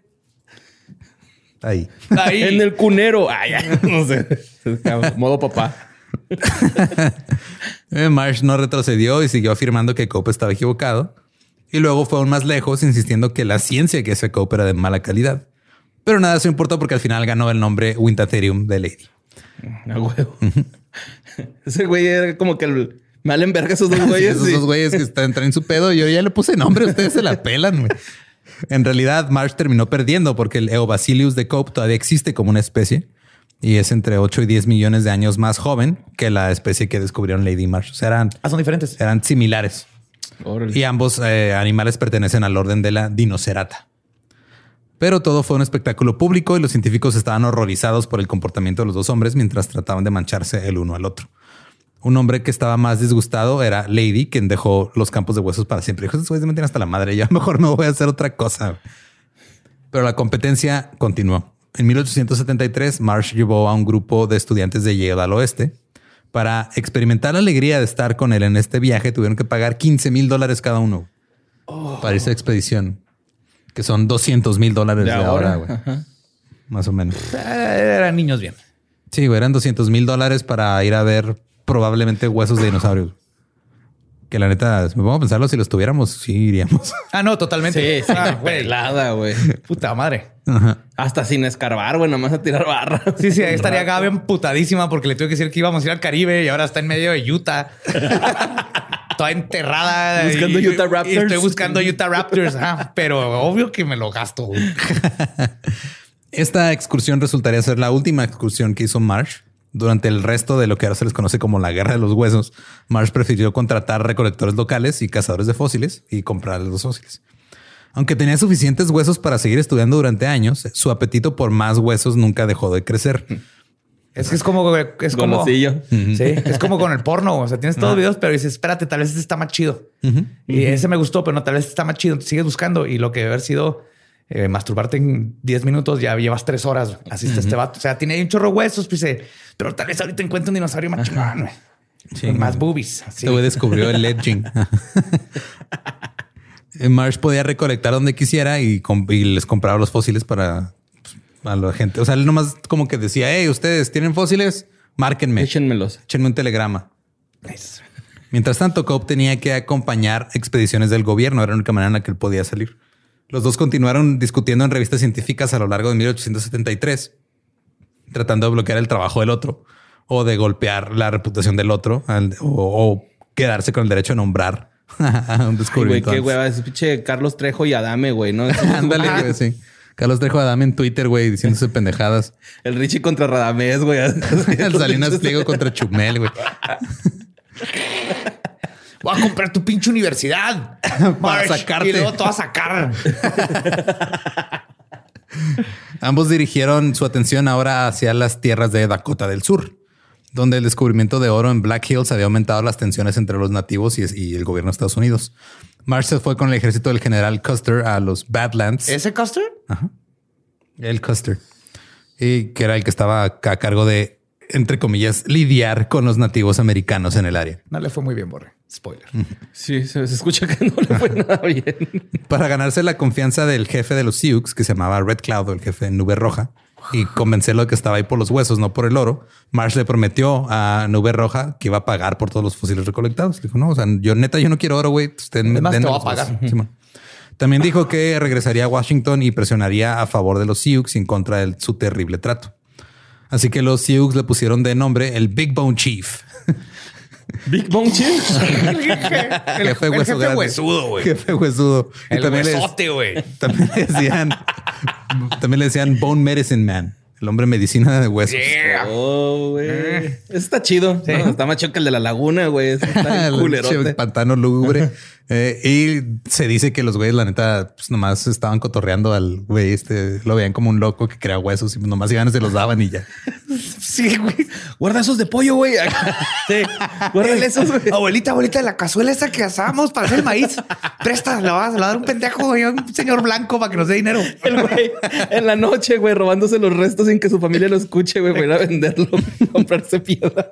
Ahí. En el cunero. Ay, no sé. Modo papá. Marsh no retrocedió y siguió afirmando que Cope estaba equivocado. Y luego fue aún más lejos, insistiendo que la ciencia que hacía Cope era de mala calidad. Pero nada, eso importó porque al final ganó el nombre Wintetherium de Lady. A huevo. Ese güey era como que el mal en verga esos dos güeyes. Esos dos güeyes que están en su pedo. Yo ya le puse nombre, ustedes se la pelan, güey. En realidad, Marsh terminó perdiendo porque el Eobacillus de Cope todavía existe como una especie y es entre 8 y 10 millones de años más joven que la especie que descubrieron Lady y Marsh. O sea, son diferentes. Eran similares. Órale. Y ambos animales pertenecen al orden de la Dinocerata. Pero todo fue un espectáculo público y los científicos estaban horrorizados por el comportamiento de los dos hombres mientras trataban de mancharse el uno al otro. Un hombre que estaba más disgustado era Lady, quien dejó los campos de huesos para siempre. Dijo, estos güeyes me tienen hasta la madre. Yo mejor me voy a hacer otra cosa. Pero la competencia continuó. En 1873, Marsh llevó a un grupo de estudiantes de Yale al oeste. Para experimentar la alegría de estar con él en este viaje, tuvieron que pagar $15,000 cada uno para esa expedición. Que son $200,000 de ahora, güey. Más o menos. Eran niños bien. Sí, güey, eran $200,000 para ir a ver probablemente huesos de dinosaurios. Que la neta, me pongo a pensarlo, si los tuviéramos, sí iríamos. Ah, no, totalmente. Sí, güey. pelada, güey. Puta madre. Ajá. Hasta sin escarbar, güey, nomás a tirar barra. Sí, ahí estaría Gaby emputadísima porque le tuve que decir que íbamos a ir al Caribe y ahora está en medio de Utah. Toda enterrada. Buscando Utah Raptors. Y estoy buscando Utah Raptors. Pero obvio que me lo gasto. Esta excursión resultaría ser la última excursión que hizo Marsh. Durante el resto de lo que ahora se les conoce como la Guerra de los Huesos, Marsh prefirió contratar recolectores locales y cazadores de fósiles y comprar los fósiles. Aunque tenía suficientes huesos para seguir estudiando durante años, su apetito por más huesos nunca dejó de crecer. Es que es como Golosillo. Sí, es como con el porno. O sea, tienes todos los videos, pero dices, espérate, tal vez este está más chido. Y ese me gustó, pero no, tal vez este está más chido. Sigues buscando y lo que debe haber sido masturbarte en 10 minutos, ya llevas 3 horas. Así está este vato. O sea, tiene un chorro de huesos, pues, pero tal vez ahorita encuentre un dinosaurio más chingón, Sí, con más boobies. Este güey descubrió el edging. Marsh podía recolectar donde quisiera y les compraba los fósiles para a la gente. O sea, él nomás como que decía, hey, ustedes tienen fósiles, márquenme. Échenmelos. Échenme un telegrama. Nice. Mientras tanto, Cope tenía que acompañar expediciones del gobierno. Era la única manera en la que él podía salir. Los dos continuaron discutiendo en revistas científicas a lo largo de 1873, tratando de bloquear el trabajo del otro o de golpear la reputación del otro o quedarse con el derecho a nombrar a un descubrimiento. Güey, qué hueva. Es pinche Carlos Trejo y Adame, güey, ¿no? Ándale, güey, sí. Carlos Trejo Adame en Twitter, güey, diciéndose pendejadas. El Richie contra Radamés, güey. El Salinas Pliego contra Chumel, güey. Voy a comprar tu pinche universidad para sacarte. Y luego te vas a sacar. Ambos dirigieron su atención ahora hacia las tierras de Dakota del Sur, donde el descubrimiento de oro en Black Hills había aumentado las tensiones entre los nativos y el gobierno de Estados Unidos. Marsh se fue con el ejército del general Custer a los Badlands. ¿Ese Custer? Ajá. El Custer. Y que era el que estaba a cargo de, entre comillas, lidiar con los nativos americanos en el área. No le fue muy bien, Borre. Spoiler. Sí, se escucha que no le fue nada bien. Para ganarse la confianza del jefe de los Sioux, que se llamaba Red Cloud, el jefe de Nube Roja, y convencerlo de que estaba ahí por los huesos, no por el oro, Marsh le prometió a Nube Roja que iba a pagar por todos los fósiles recolectados. Le dijo, no, o sea, yo no quiero oro, güey. Usted Además, te va a pagar. También dijo que regresaría a Washington y presionaría a favor de los Sioux y en contra de su terrible trato. Así que los Sioux le pusieron de nombre el Big Bone Chief. Big Bone Chief. El jefe huesudo, güey. Jefe huesudo. Y El también huesote, güey. También le decían Bone Medicine Man, el hombre medicina de huesos. Yeah. Oh, güey. Eso está chido. Sí. No, está más chido que el de la laguna, güey. Está El culerote. pantano lúgubre. Y se dice que los güeyes, la neta, pues nomás estaban cotorreando al güey. Lo veían como un loco que crea huesos y nomás iban y se los daban y ya. Sí, güey. Guarda esos de pollo, güey. Sí. Guárdale esos, güey. Abuelita, la cazuela esa que asábamos para hacer el maíz. Presta, le va a dar un pendejo, güey, un señor blanco para que nos dé dinero. El güey en la noche, güey, robándose los restos sin que su familia lo escuche, güey, para ir a venderlo, comprarse piedra.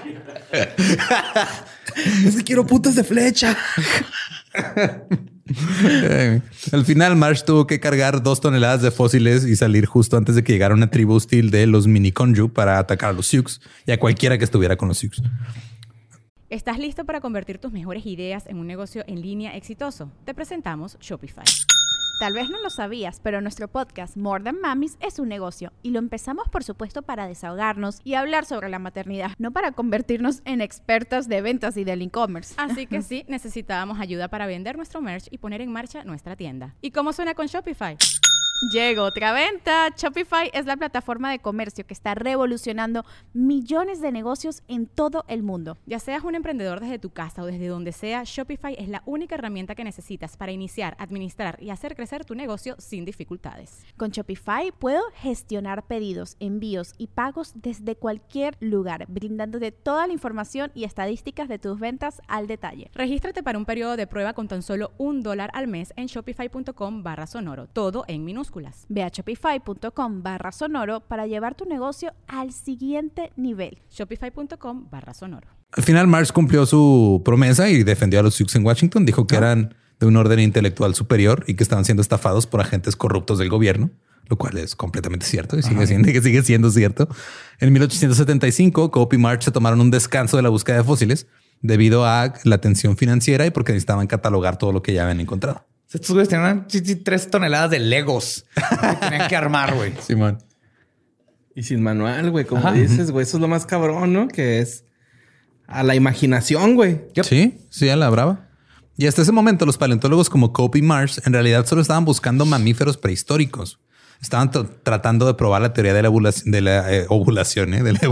Es que quiero putas de flecha. Al final, Marsh tuvo que cargar 2 toneladas de fósiles y salir justo antes de que llegara una tribu hostil de los Mini-Konju para atacar a los Sioux y a cualquiera que estuviera con los Sioux. ¿Estás listo para convertir tus mejores ideas en un negocio en línea exitoso? Te presentamos Shopify. Tal vez no lo sabías, pero nuestro podcast More Than Mamis es un negocio y lo empezamos por supuesto para desahogarnos y hablar sobre la maternidad, no para convertirnos en expertas de ventas y del e-commerce. Así que sí, necesitábamos ayuda para vender nuestro merch y poner en marcha nuestra tienda. ¿Y cómo suena con Shopify? Llegó otra venta. Shopify es la plataforma de comercio que está revolucionando millones de negocios en todo el mundo. Ya seas un emprendedor desde tu casa o desde donde sea, Shopify es la única herramienta que necesitas para iniciar, administrar y hacer crecer tu negocio sin dificultades. Con Shopify puedo gestionar pedidos, envíos y pagos desde cualquier lugar, brindándote toda la información y estadísticas de tus ventas al detalle. Regístrate para un periodo de prueba con tan solo $1 al mes en shopify.com/sonoro, todo en minúsculas. Ve a shopify.com/sonoro para llevar tu negocio al siguiente nivel. Shopify.com/sonoro. Al final, Marsh cumplió su promesa y defendió a los Sioux en Washington. Dijo que eran de un orden intelectual superior y que estaban siendo estafados por agentes corruptos del gobierno, lo cual es completamente cierto y sigue siendo cierto. En 1875, Cope y Marsh se tomaron un descanso de la búsqueda de fósiles debido a la tensión financiera y porque necesitaban catalogar todo lo que ya habían encontrado. Estos güeyes tenían 3 toneladas de Legos que tenían que armar, güey. Simón. Y sin manual, güey, como dices, güey. Eso es lo más cabrón, ¿no? Que es a la imaginación, güey. Sí, a la brava. Y hasta ese momento, los paleontólogos como Cope y Marsh en realidad solo estaban buscando mamíferos prehistóricos. Estaban tratando de probar la teoría de la evolución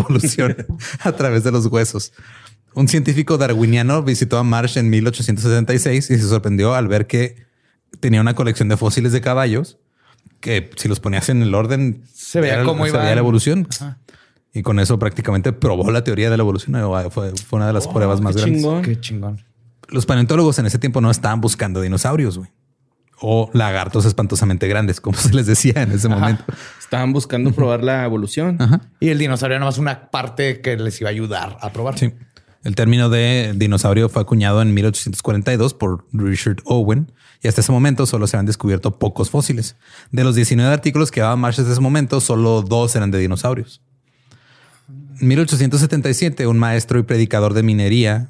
a través de los huesos. Un científico darwiniano visitó a Marsh en 1876 y se sorprendió al ver que tenía una colección de fósiles de caballos que si los ponías en el orden se veía cómo iba la evolución. Ajá. Y con eso prácticamente probó la teoría de la evolución. Fue una de las pruebas más grandes. Qué chingón. Los paleontólogos en ese tiempo no estaban buscando dinosaurios, güey. O lagartos espantosamente grandes, como se les decía en ese momento. Estaban buscando probar la evolución. Y el dinosaurio era nomás una parte que les iba a ayudar a probar. Sí. El término de dinosaurio fue acuñado en 1842 por Richard Owen y hasta ese momento solo se han descubierto pocos fósiles. De los 19 artículos que llevaba Marsh hasta ese momento, solo 2 eran de dinosaurios. En 1877, un maestro y predicador de minería,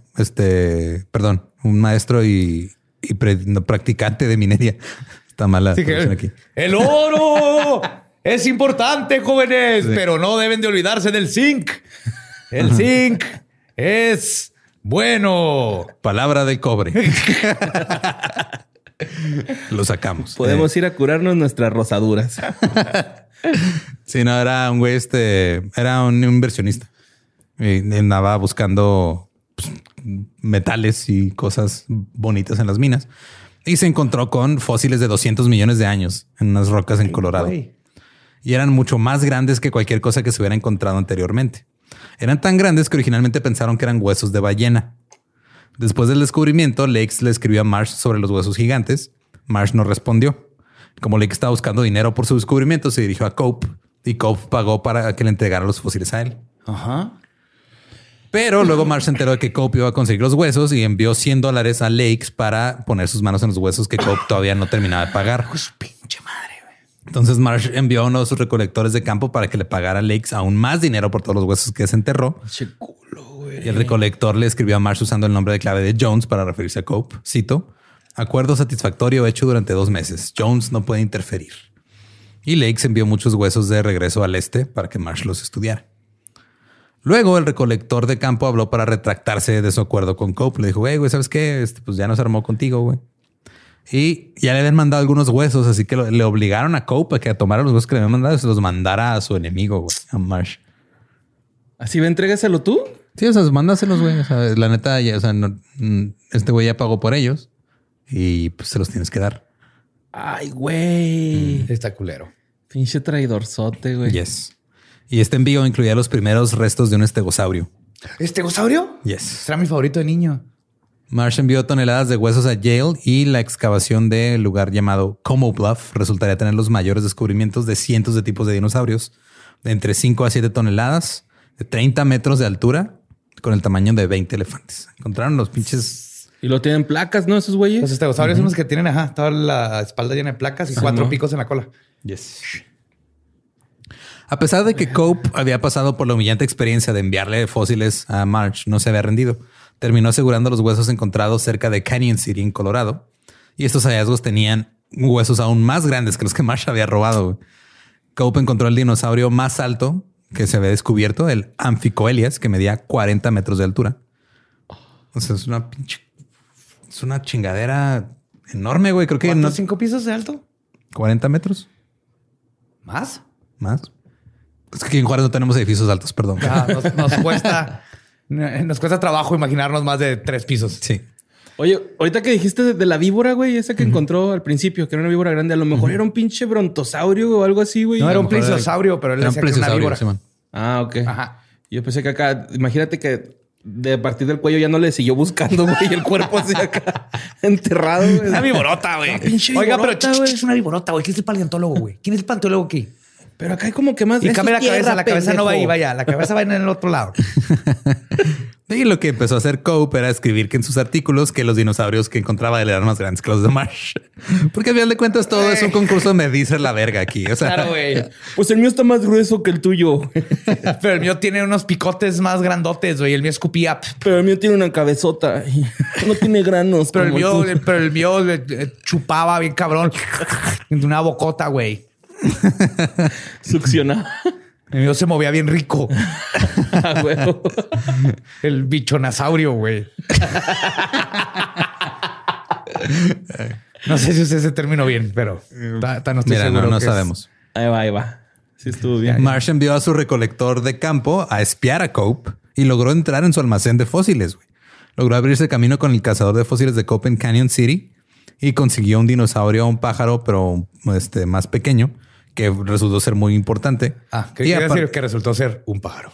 un maestro y practicante de minería. Está mala aquí. ¡El oro es importante, jóvenes! Sí. Pero no deben de olvidarse del zinc. El zinc es bueno. Palabra de cobre. Lo sacamos. Podemos ir a curarnos nuestras rosaduras. Sí, no, era un güey, era un inversionista. Y andaba buscando metales y cosas bonitas en las minas. Y se encontró con fósiles de 200 millones de años en unas rocas en Colorado. Y eran mucho más grandes que cualquier cosa que se hubiera encontrado anteriormente. Eran tan grandes que originalmente pensaron que eran huesos de ballena. Después del descubrimiento, Lakes le escribió a Marsh sobre los huesos gigantes. Marsh no respondió. Como Lake estaba buscando dinero por su descubrimiento, se dirigió a Cope y Cope pagó para que le entregara los fósiles a él. Pero luego Marsh se enteró de que Cope iba a conseguir los huesos y envió $100 a Lakes para poner sus manos en los huesos que Cope todavía no terminaba de pagar. Pues pinche madre, güey. Entonces Marsh envió a uno de sus recolectores de campo para que le pagara a Lakes aún más dinero por todos los huesos que se enterró. Che culo, güey. Y el recolector le escribió a Marsh usando el nombre de clave de Jones para referirse a Cope. Cito: acuerdo satisfactorio hecho durante 2 meses. Jones no puede interferir. Y Lakes envió muchos huesos de regreso al este para que Marsh los estudiara. Luego el recolector de campo habló para retractarse de su acuerdo con Cope. Le dijo, güey, ¿sabes qué? Pues ya no se armó contigo, güey. Y ya le habían mandado algunos huesos, así que le obligaron a Cope a que tomara los huesos que le habían mandado y se los mandara a su enemigo, güey, a Marsh. ¿Así va? Entrégaselo tú? Sí, o sea, mándaselos, güey. O sea, la neta, ya, o sea, no, este güey ya pagó por ellos y pues se los tienes que dar. Ay, güey. Está culero. Pinche traidorzote, güey. Yes. Y este envío incluía los primeros restos de un estegosaurio. ¿Estegosaurio? Yes. Será mi favorito de niño. Marsh envió toneladas de huesos a Yale y la excavación del lugar llamado Como Bluff resultaría tener los mayores descubrimientos de cientos de tipos de dinosaurios de entre 5 a 7 toneladas, de 30 metros de altura, con el tamaño de 20 elefantes. Encontraron los pinches Y lo tienen placas, ¿no? Esos güeyes. Los estegosaurios son los que tienen, toda la espalda llena de placas y 4 picos en la cola. Yes. A pesar de que Cope había pasado por la humillante experiencia de enviarle fósiles a Marge, no se había rendido. Terminó asegurando los huesos encontrados cerca de Canyon City, en Colorado. Y estos hallazgos tenían huesos aún más grandes que los que Marge había robado. Cope encontró el dinosaurio más alto que se había descubierto, el Amphicoelias, que medía 40 metros de altura. O sea, es una chingadera enorme, güey. Creo que... ¿Cuántos? 5 pisos de alto? 40 metros. ¿Más? Es que aquí en Juárez no tenemos edificios altos, perdón. Nos cuesta trabajo imaginarnos más de 3 pisos. Sí. Oye, ahorita que dijiste de la víbora, güey, esa que encontró al principio, que era una víbora grande, a lo mejor era un pinche brontosaurio o algo así, güey. No, era un plesiosaurio, pero él decía que era una víbora. Sí, ok. Ajá. Yo pensé que acá, imagínate que de partir del cuello ya no le siguió buscando, güey, el cuerpo así acá enterrado, güey. Una viborota, güey. Oiga, pero es una viborota, güey. ¿Quién es el paleontólogo, güey? ¿Quién es el paleontólogo aquí? Pero acá hay como que más... Y cambia la cabeza no va ahí, vaya. La cabeza va en el otro lado. Y lo que empezó a hacer Cope era escribir que en sus artículos que los dinosaurios que encontraba él eran más grandes que los de Marge. Porque al final de cuentas todo es un concurso de medirse la verga aquí. O sea, claro, güey. Pues el mío está más grueso que el tuyo. Pero el mío tiene unos picotes más grandotes, güey. El mío escupía. Pero el mío tiene una cabezota. No tiene granos. Pero el mío chupaba bien cabrón. De una bocota, güey. Succionaba. El mío se movía bien rico. Güey. El bichonasaurio, güey. No sé si usé ese término bien, pero no estoy seguro. No sabemos. Ahí va. Sí estuvo bien. Marge envió a su recolector de campo a espiar a Cope y logró entrar en su almacén de fósiles. Güey. Logró abrirse camino con el cazador de fósiles de Cope en Canyon City y consiguió un dinosaurio, un pájaro, pero más pequeño, que resultó ser muy importante. Quería decir que resultó ser un pájaro.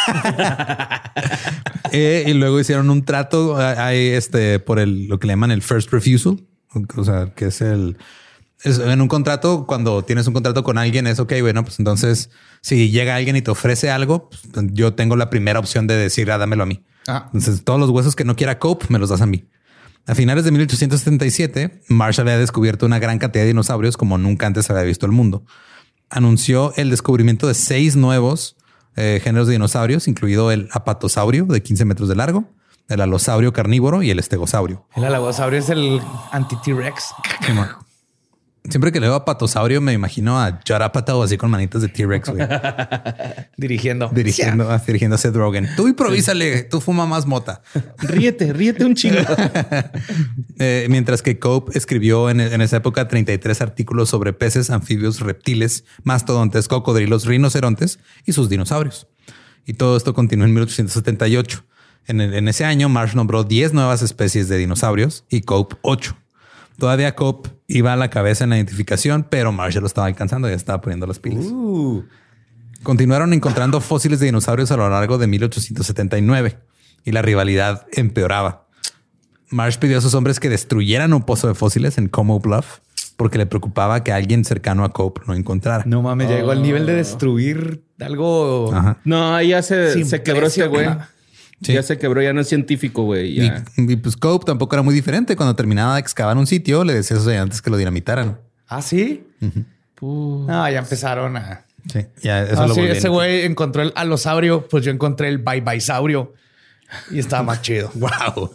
Y luego hicieron un trato por lo que le llaman el first refusal. O sea, que es en un contrato, cuando tienes un contrato con alguien, es ok, bueno, pues entonces si llega alguien y te ofrece algo, pues, yo tengo la primera opción de decir, dámelo a mí. Entonces todos los huesos que no quiera Cope me los das a mí. A finales de 1877, Marge había descubierto una gran cantidad de dinosaurios como nunca antes había visto el mundo. Anunció el descubrimiento de 6 nuevos géneros de dinosaurios, incluido el apatosaurio de 15 metros de largo, el alosaurio carnívoro y el estegosaurio. El alosaurio es el anti-T-Rex. Siempre que leo apatosaurio me imagino a Judd Apatow así con manitas de T-Rex, güey. Dirigiendo a Seth Rogen. Tú improvísale, tú fuma más mota. Ríete un chingo. Mientras que Cope escribió en esa época 33 artículos sobre peces, anfibios, reptiles, mastodontes, cocodrilos, rinocerontes y sus dinosaurios. Y todo esto continuó en 1878. En ese año, Marge nombró 10 nuevas especies de dinosaurios y Cope 8. Todavía Cope iba a la cabeza en la identificación, pero Marge lo estaba alcanzando y ya estaba poniendo las pilas. Continuaron encontrando fósiles de dinosaurios a lo largo de 1879 y la rivalidad empeoraba. Marge pidió a sus hombres que destruyeran un pozo de fósiles en Como Bluff porque le preocupaba que alguien cercano a Cope lo encontrara. No mames, llegó al nivel de destruir algo. Ajá. No, ya se quebró ese güey. Sí. Ya se quebró, ya no es científico, güey. Y pues Cope tampoco era muy diferente. Cuando terminaba de excavar un sitio, le decía a sus ayudantes que lo dinamitaran. ¿Ah, sí? No, ya empezaron a... Sí, ya eso lo volví. Ese güey encontró el alosaurio, pues yo encontré el bye-bye-saurio y estaba más chido. Wow.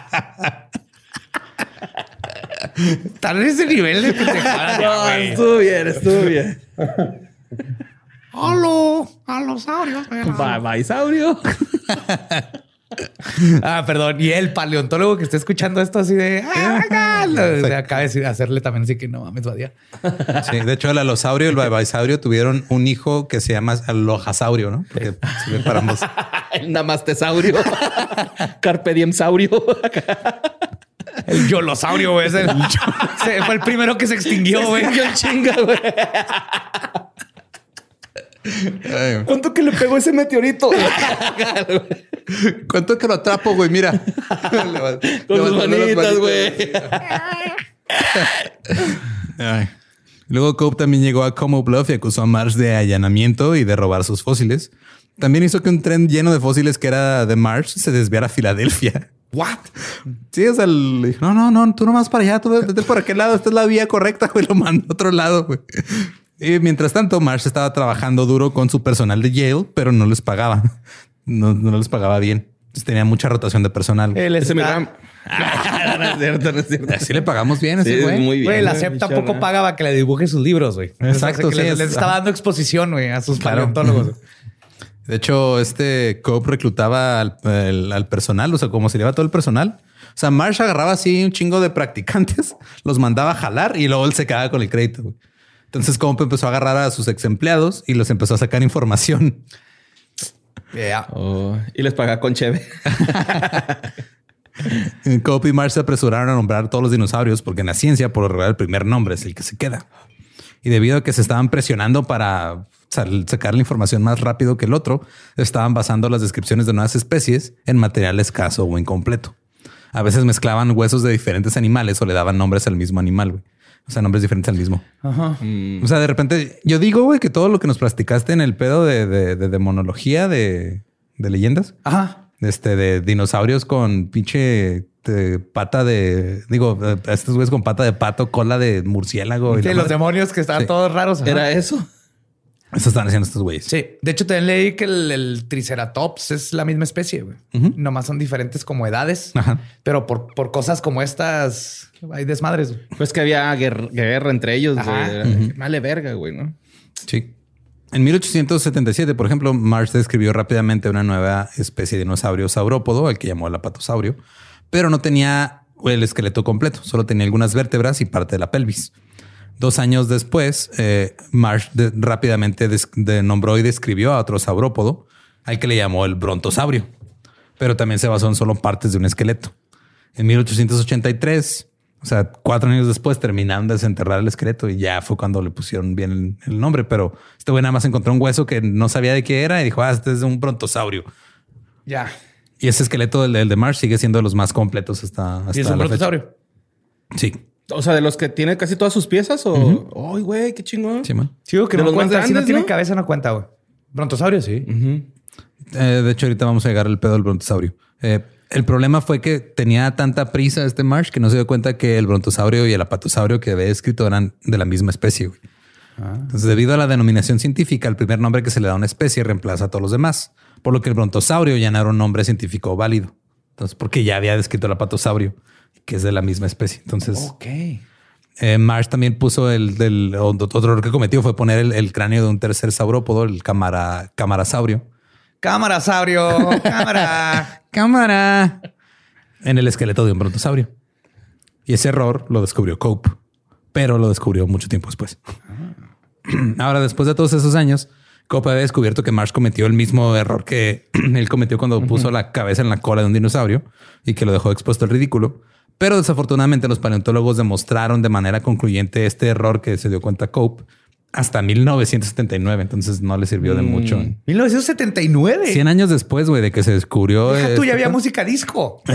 Tal vez ese nivel de pendejada. No, estuvo bien. Alosaurio. Bye-bye-saurio. Perdón. Y el paleontólogo que está escuchando esto así de... acaba de hacerle también así que no mames, vadía. Sí, de hecho el alosaurio y el bye-bye-saurio tuvieron un hijo que se llama alohasaurio, ¿no? Porque sirve para ambos. El namastesaurio. Carpe diem saurio. El yolosaurio, güey. Fue el primero que se extinguió, güey. El chinga, güey. ¿Cuánto que le pegó ese meteorito? ¿Cuánto que lo atrapo, güey? Mira. Con sus manitas, güey. Luego Cope también llegó a Como Bluff y acusó a Marge de allanamiento y de robar sus fósiles. También hizo que un tren lleno de fósiles que era de Marge se desviara a Filadelfia. ¿What? Sí, o sea, le dijo, no, tú nomás para allá, tú vete por aquel lado, esta es la vía correcta, güey, lo mandó a otro lado, güey. Y mientras tanto, Marsh estaba trabajando duro con su personal de Yale, pero no les pagaba. No les pagaba bien. Entonces tenía mucha rotación de personal. Ese mi RAM. No es cierto, no es cierto. Así le pagamos bien, ese Sí, güey. muy bien. Güey, la SEP tampoco paga para que le dibuje sus libros, güey. Exacto, O sea, que sí, les estaba dando exposición, güey, a sus paleontólogos. De hecho, Cope reclutaba al personal, o sea, como se lleva todo el personal. O sea, Marsh agarraba así un chingo de practicantes, los mandaba a jalar y luego él se quedaba con el crédito, güey. Entonces Cope empezó a agarrar a sus ex empleados y los empezó a sacar información. Yeah. Y les pagaba con cheve. Cope y Marsh se apresuraron a nombrar todos los dinosaurios porque en la ciencia, por lo regular, el primer nombre es el que se queda. Y debido a que se estaban presionando para sacar la información más rápido que el otro, estaban basando las descripciones de nuevas especies en material escaso o incompleto. A veces mezclaban huesos de diferentes animales o le daban nombres al mismo animal, güey. O sea, nombres diferentes al mismo. Ajá. O sea, de repente, yo digo, güey, que todo lo que nos platicaste en el pedo de demonología, de leyendas, Ajá. de dinosaurios con pinche pata de... Digo, estos güeyes con pata de pato, cola de murciélago. Sí, los demonios que estaban todos raros. Ajá. ¿Era eso? Eso están haciendo estos güeyes. Sí. De hecho, también leí que el Triceratops es la misma especie, güey. Nomás son diferentes como edades. Ajá. Pero por cosas como estas hay desmadres, güey. Pues que había guerra entre ellos, Ajá. güey. Vale verga, güey, ¿no? Sí. En 1877, por ejemplo, Marsh describió rápidamente una nueva especie de dinosaurio saurópodo, al que llamó el apatosaurio, pero no tenía el esqueleto completo, solo tenía algunas vértebras y parte de la pelvis. 2 años después, Marsh rápidamente nombró y describió a otro saurópodo, al que le llamó el brontosaurio, pero también se basó en solo partes de un esqueleto. En 1883, o sea, 4 años después, terminaron de desenterrar el esqueleto y ya fue cuando le pusieron bien el nombre. Pero este güey nada más encontró un hueso que no sabía de qué era y dijo, este es un brontosaurio. Ya. Y ese esqueleto, el de Marsh, sigue siendo de los más completos hasta ¿Y es un la brontosaurio? fecha. Sí. O sea, de los que tiene casi todas sus piezas o... ¡Ay, güey! ¡Qué chingón! Sí, man. Sí, que De no los más cuenta. Si no grandes, tiene ¿no? cabeza, no cuenta, güey. Brontosaurio, sí. De hecho, ahorita vamos a llegar al pedo del brontosaurio. El problema fue que tenía tanta prisa este Marsh que no se dio cuenta que el brontosaurio y el apatosaurio que había escrito eran de la misma especie, güey. Entonces, debido a la denominación científica, el primer nombre que se le da a una especie reemplaza a todos los demás, por lo que el brontosaurio ya no era un nombre científico válido. Entonces, porque ya había descrito el apatosaurio, que es de la misma especie. Entonces, Ok. Marsh también puso otro error que cometió fue poner el cráneo de un tercer saurópodo, el camarasaurio. Camarasaurio, Cámara en el esqueleto de un brontosaurio. Y ese error lo descubrió Cope, pero lo descubrió mucho tiempo después. Ahora, después de todos esos años, Cope había descubierto que Marsh cometió el mismo error que él cometió cuando puso la cabeza en la cola de un dinosaurio y que lo dejó expuesto al ridículo. Pero desafortunadamente los paleontólogos demostraron de manera concluyente este error que se dio cuenta Cope hasta 1979. Entonces no le sirvió de mucho. 1979. 100 años después, güey, de que se descubrió. Deja tú, ya había música disco.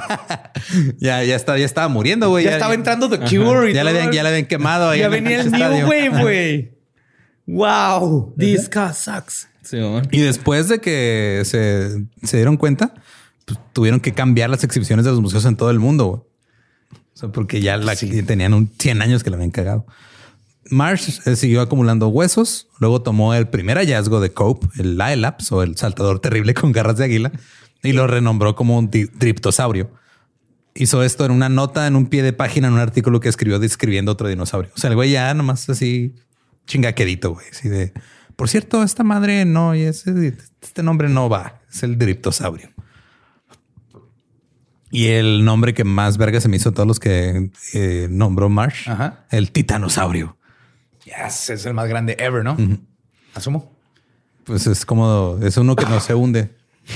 ya estaba muriendo, güey. Ya estaba entrando The Cure. Y ya todo. le habían quemado ahí. Ya en venía el estadio. New Wave, güey. Wow. This car sucks. Sí, man. Y después de que se dieron cuenta, pues, tuvieron que cambiar las exhibiciones de los museos en todo el mundo, güey. O sea, porque ya tenían 100 años que la habían cagado. Marsh siguió acumulando huesos. Luego tomó el primer hallazgo de Cope, el Laelaps o el saltador terrible con garras de águila, y lo renombró como un triptosaurio. Hizo esto en una nota en un pie de página en un artículo que escribió describiendo otro dinosaurio. O sea, el güey ya nomás así chingaquedito, güey. Así de, por cierto, esta madre no, y este nombre no va. Es el triptosaurio. Y el nombre que más verga se me hizo a todos los que nombró Marsh, Ajá. el titanosaurio. Yes, es el más grande ever, ¿no? Asumo. Pues es uno que no se hunde.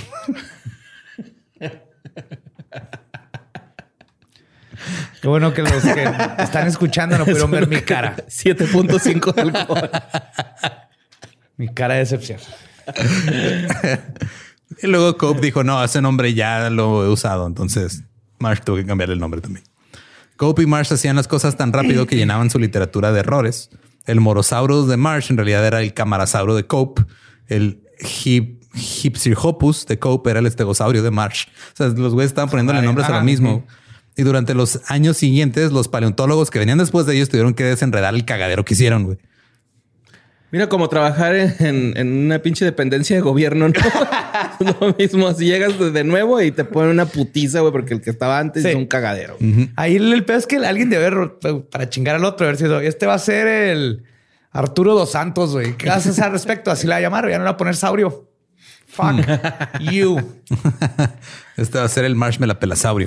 Qué bueno que los que están escuchando no pudieron ver mi cara. 7.5 de alcohol. Mi cara de decepción. Y luego Cope dijo, no, ese nombre ya lo he usado. Entonces Marsh tuvo que cambiar el nombre también. Cope y Marsh hacían las cosas tan rápido que llenaban su literatura de errores. El Morosaurus de Marsh en realidad era el Camarasauro de Cope. El Hypsirhopus de Cope era el estegosaurio de Marsh. O sea, los güeyes estaban poniéndole nombres a lo mismo. Y durante los años siguientes, los paleontólogos que venían después de ellos tuvieron que desenredar el cagadero que hicieron, güey. Mira, como trabajar en una pinche dependencia de gobierno, ¿no? Lo mismo, así llegas de nuevo y te ponen una putiza, güey, porque el que estaba antes es un cagadero. Ahí el peor es que alguien debe haber, para chingar al otro, haber sido, este va a ser el Arturo dos Santos, güey. ¿Qué vas a hacer al respecto? Así la va a llamar, ya no le va a poner saurio. Fuck you. Este va a ser el marshmallow-pelasaurio.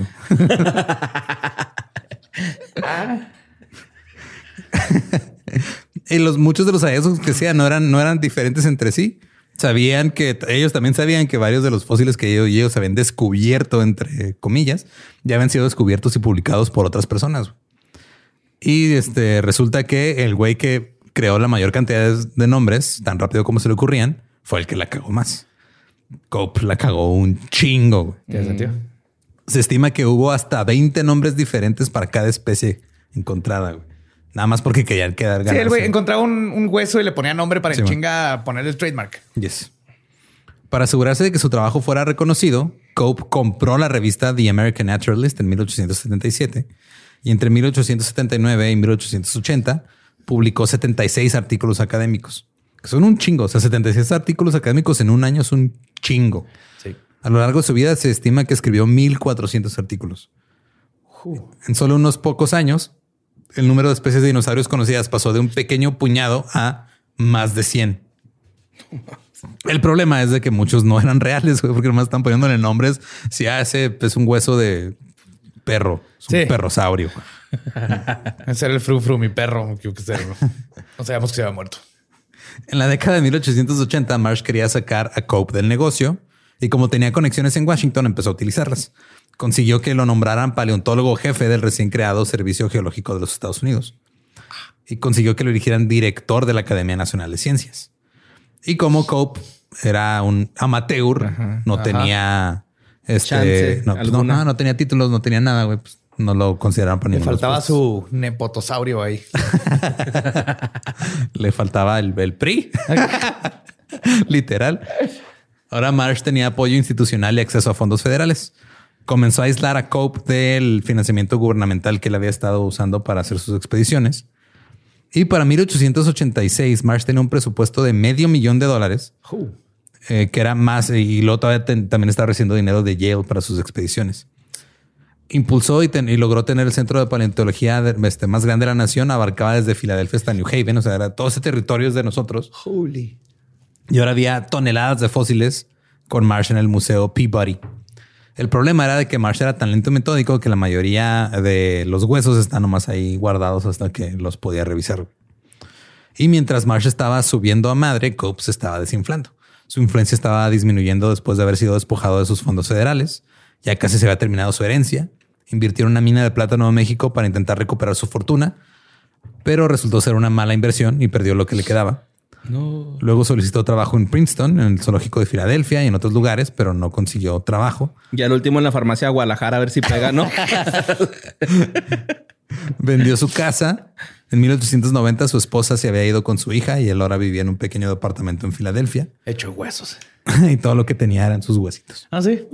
Y muchos de los hallazgos que hacían no eran diferentes entre sí. Sabían que ellos también sabían que varios de los fósiles que ellos habían descubierto, entre comillas, ya habían sido descubiertos y publicados por otras personas. Y resulta que el güey que creó la mayor cantidad de nombres tan rápido como se le ocurrían fue el que la cagó más. Cope la cagó un chingo, güey. ¿Qué sentido? Se estima que hubo hasta 20 nombres diferentes para cada especie encontrada, güey. Nada más porque querían quedar ganas. Sí, el güey encontraba un hueso y le ponía nombre para en chinga ponerle el trademark. Yes. Para asegurarse de que su trabajo fuera reconocido, Cope compró la revista The American Naturalist en 1877 y entre 1879 y 1880 publicó 76 artículos académicos. Que son un chingo. O sea, 76 artículos académicos en un año es un chingo. Sí. A lo largo de su vida se estima que escribió 1,400 artículos. En solo unos pocos años, el número de especies de dinosaurios conocidas pasó de un pequeño puñado a más de 100. El problema es de que muchos no eran reales, güey, porque nomás están poniéndole nombres. Si ese es un hueso de perro, es un perrosaurio. Ese era el fru, mi perro. No sabíamos que se había muerto. En la década de 1880, Marsh quería sacar a Cope del negocio y como tenía conexiones en Washington, empezó a utilizarlas. Consiguió que lo nombraran paleontólogo jefe del recién creado Servicio Geológico de los Estados Unidos y consiguió que lo eligieran director de la Academia Nacional de Ciencias. Y como Cope era un amateur, no tenía no tenía títulos, no tenía nada, güey. Pues no lo consideraban para ningún. Le faltaba su nepotosaurio ahí. Le faltaba el PRI. Literal. Ahora Marsh tenía apoyo institucional y acceso a fondos federales. Comenzó a aislar a Cope del financiamiento gubernamental que él había estado usando para hacer sus expediciones. Y para 1886, Marsh tenía un presupuesto de $500,000, que era más, y luego todavía también estaba recibiendo dinero de Yale para sus expediciones. Impulsó y logró tener el centro de paleontología más grande de la nación. Abarcaba desde Filadelfia hasta New Haven. O sea, era todo ese territorio es de nosotros. Holy. Y ahora había toneladas de fósiles con Marsh en el Museo Peabody. El problema era de que Marsh era tan lento y metódico que la mayoría de los huesos están nomás ahí guardados hasta que los podía revisar. Y mientras Marsh estaba subiendo a madre, Cope se estaba desinflando. Su influencia estaba disminuyendo después de haber sido despojado de sus fondos federales. Ya casi se había terminado su herencia. Invirtió en una mina de plata en Nuevo México para intentar recuperar su fortuna, pero resultó ser una mala inversión y perdió lo que le quedaba. No. Luego solicitó trabajo en Princeton, en el zoológico de Filadelfia y en otros lugares, pero no consiguió trabajo. Y al último en la farmacia de Guadalajara a ver si pega, ¿no? Vendió su casa. En 1890 su esposa se había ido con su hija y él ahora vivía en un pequeño departamento en Filadelfia. Hecho huesos. Y todo lo que tenía eran sus huesitos. ¿Ah, sí?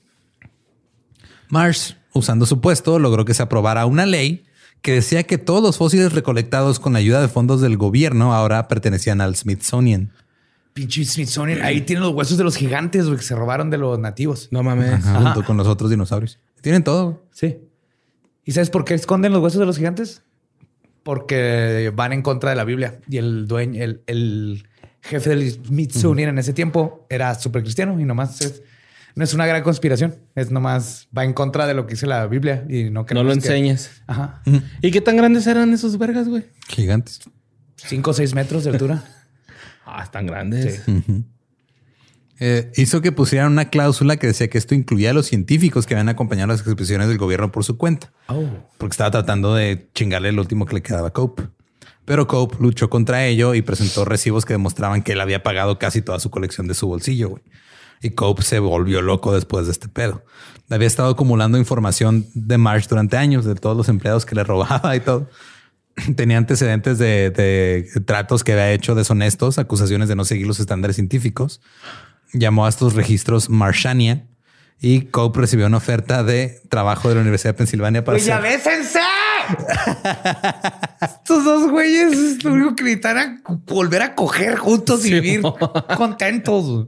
Marsh, usando su puesto, logró que se aprobara una ley que decía que todos los fósiles recolectados con la ayuda de fondos del gobierno ahora pertenecían al Smithsonian. Pinche Smithsonian. Ahí tienen los huesos de los gigantes, güey, que se robaron de los nativos. No mames. Ajá, junto con los otros dinosaurios. Tienen todo. Sí. ¿Y sabes por qué esconden los huesos de los gigantes? Porque van en contra de la Biblia. Y el dueño, el jefe del Smithsonian en ese tiempo era súper cristiano y nomás no es una gran conspiración. Es nomás va en contra de lo que dice la Biblia y no lo enseñes. Ajá. ¿Y qué tan grandes eran esos vergas, güey? Gigantes. 5 o 6 metros de altura. Están grandes. Sí. Hizo que pusieran una cláusula que decía que esto incluía a los científicos que habían acompañado las expediciones del gobierno por su cuenta. Porque estaba tratando de chingarle el último que le quedaba a Cope. Pero Cope luchó contra ello y presentó recibos que demostraban que él había pagado casi toda su colección de su bolsillo, güey. Y Cope se volvió loco después de este pedo. Había estado acumulando información de Marsh durante años, de todos los empleados que le robaba y todo. Tenía antecedentes de tratos que había hecho deshonestos, acusaciones de no seguir los estándares científicos. llamó a estos registros Marshania y Cope recibió una oferta de trabajo de la Universidad de Pensilvania para ¡Ya bésense! Estos dos güeyes lo único que necesitan era volver a coger juntos y vivir contentos.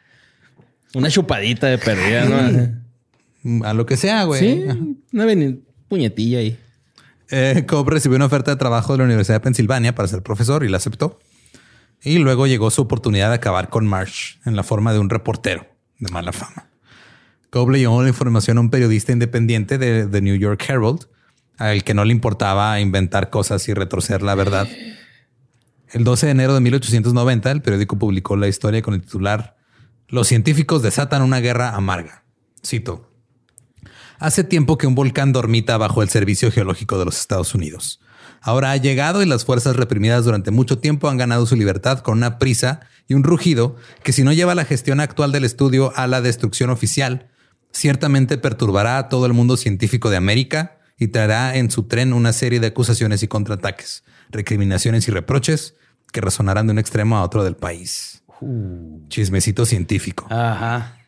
Una chupadita de perdida, ¿no? A lo que sea, güey. Sí, una puñetilla ahí. Cope recibió una oferta de trabajo de la Universidad de Pensilvania para ser profesor y la aceptó. Y luego llegó su oportunidad de acabar con Marsh en la forma de un reportero de mala fama. Cope le llevó la información a un periodista independiente de The New York Herald, al que no le importaba inventar cosas y retorcer la verdad. El 12 de enero de 1890, el periódico publicó la historia con el titular "Los científicos desatan una guerra amarga". Cito: "Hace tiempo que un volcán dormita bajo el Servicio Geológico de los Estados Unidos. Ahora ha llegado y las fuerzas reprimidas durante mucho tiempo han ganado su libertad con una prisa y un rugido que, si no lleva la gestión actual del estudio a la destrucción oficial, ciertamente perturbará a todo el mundo científico de América y traerá en su tren una serie de acusaciones y contraataques, recriminaciones y reproches que resonarán de un extremo a otro del país". Chismecito científico. Ajá.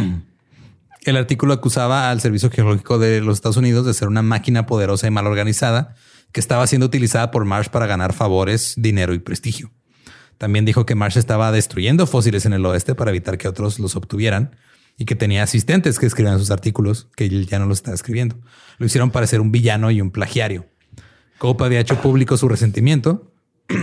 El artículo acusaba al Servicio Geológico de los Estados Unidos de ser una máquina poderosa y mal organizada que estaba siendo utilizada por Marsh para ganar favores, dinero y prestigio. También dijo que Marsh estaba destruyendo fósiles en el oeste para evitar que otros los obtuvieran y que tenía asistentes que escribían sus artículos, que él ya no los estaba escribiendo. Lo hicieron parecer un villano y un plagiario. Cope había hecho público su resentimiento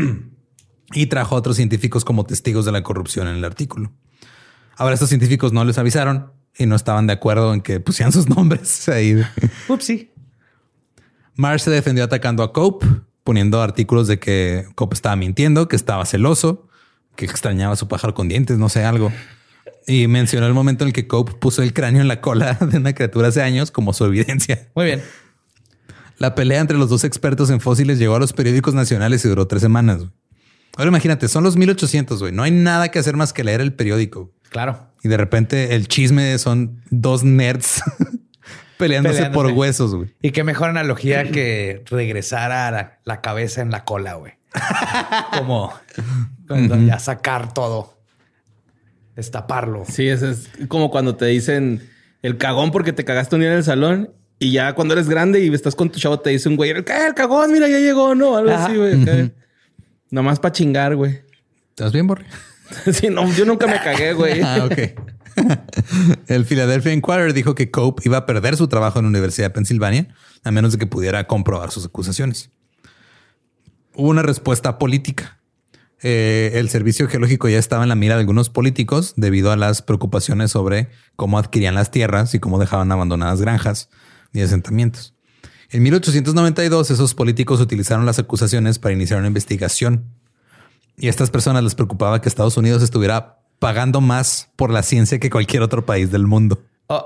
y trajo a otros científicos como testigos de la corrupción en el artículo. Ahora estos científicos no les avisaron y no estaban de acuerdo en que pusieran sus nombres ahí. Upsi. Marsh se defendió atacando a Cope, poniendo artículos de que Cope estaba mintiendo, que estaba celoso, que extrañaba a su pájaro con dientes, no sé, algo. Y mencionó el momento en el que Cope puso el cráneo en la cola de una criatura hace años como su evidencia. Muy bien. La pelea entre los dos expertos en fósiles llegó a los periódicos nacionales y duró 3 semanas. Ahora imagínate, son los 1800, güey. No hay nada que hacer más que leer el periódico. Claro. Y de repente el chisme son dos nerds peleándose por huesos, güey. Y qué mejor analogía que regresar a la cabeza en la cola, güey. Como ya sacar todo. Destaparlo. Sí, eso es como cuando te dicen el cagón porque te cagaste un día en el salón y ya cuando eres grande y estás con tu chavo te dice un güey, el cagón, mira, ya llegó, ¿no? Algo así, güey. Nomás para chingar, güey. ¿Estás bien, Borre? Sí, no, yo nunca me cagué, güey. Ok. El Philadelphia Inquirer dijo que Cope iba a perder su trabajo en la Universidad de Pensilvania a menos de que pudiera comprobar sus acusaciones. Hubo una respuesta política. El Servicio Geológico ya estaba en la mira de algunos políticos debido a las preocupaciones sobre cómo adquirían las tierras y cómo dejaban abandonadas granjas y asentamientos. En 1892, esos políticos utilizaron las acusaciones para iniciar una investigación. Y a estas personas les preocupaba que Estados Unidos estuviera pagando más por la ciencia que cualquier otro país del mundo.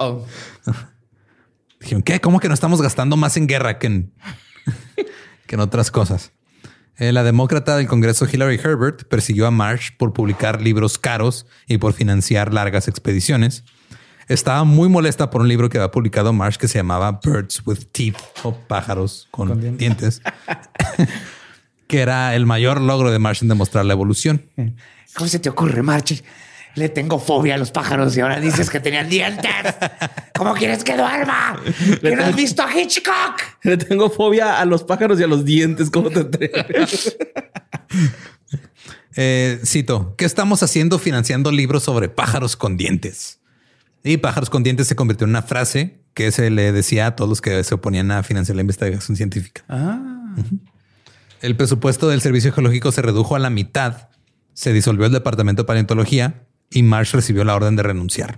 Dijeron, ¿qué? ¿Cómo que no estamos gastando más en guerra que en otras cosas? La demócrata del Congreso Hillary Herbert persiguió a Marsh por publicar libros caros y por financiar largas expediciones. Estaba muy molesta por un libro que había publicado Marsh que se llamaba Birds with Teeth, o pájaros con dientes, que era el mayor logro de Marsh en demostrar la evolución. ¿Cómo se te ocurre, Marsh? Le tengo fobia a los pájaros y ahora dices que tenían dientes. ¿Cómo quieres que duerma? ¿Que no has visto a Hitchcock? Le tengo fobia a los pájaros y a los dientes. ¿Cómo te atreves? Cito, ¿qué estamos haciendo financiando libros sobre pájaros con dientes? Y pájaros con dientes se convirtió en una frase que se le decía a todos los que se oponían a financiar la investigación científica. El presupuesto del Servicio Geológico se redujo a la mitad. Se disolvió el Departamento de Paleontología y Marsh recibió la orden de renunciar.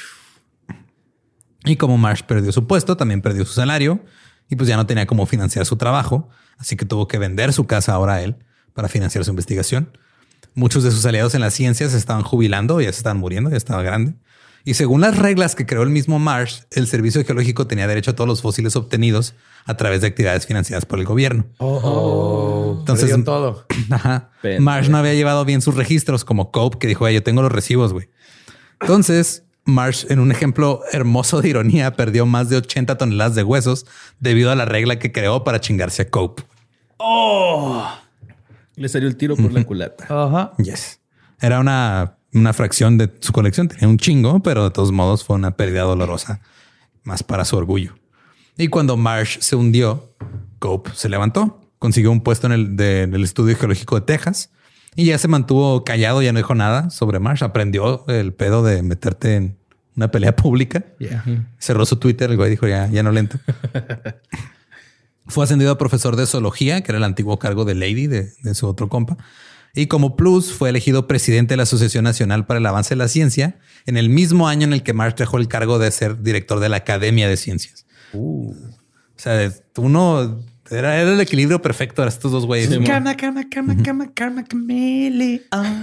Y como Marsh perdió su puesto, también perdió su salario y pues ya no tenía cómo financiar su trabajo. Así que tuvo que vender su casa ahora a él para financiar su investigación. Muchos de sus aliados en la ciencia se estaban jubilando, ya se estaban muriendo, ya estaba grande. Y según las reglas que creó el mismo Marsh, el Servicio Geológico tenía derecho a todos los fósiles obtenidos a través de actividades financiadas por el gobierno. Entonces, todo. Marsh no había llevado bien sus registros, como Cope, que dijo, yo tengo los recibos, güey. Entonces, Marsh, en un ejemplo hermoso de ironía, perdió más de 80 toneladas de huesos debido a la regla que creó para chingarse a Cope. Le salió el tiro por la culata. Yes. Era una una fracción de su colección. Tenía un chingo, pero de todos modos fue una pérdida dolorosa, más para su orgullo. Y cuando Marsh se hundió, Cope se levantó, consiguió un puesto en el Estudio Geológico de Texas y ya se mantuvo callado, ya no dijo nada sobre Marsh. Aprendió el pedo de meterte en una pelea pública. Yeah. Cerró su Twitter, el güey dijo ya no le entro. Fue ascendido a profesor de zoología, que era el antiguo cargo de Lady de su otro compa. Y como plus fue elegido presidente de la Asociación Nacional para el Avance de la Ciencia en el mismo año en el que Marsh dejó el cargo de ser director de la Academia de Ciencias. O sea, uno era el equilibrio perfecto de estos dos güeyes. Sí, Karma, chameleon.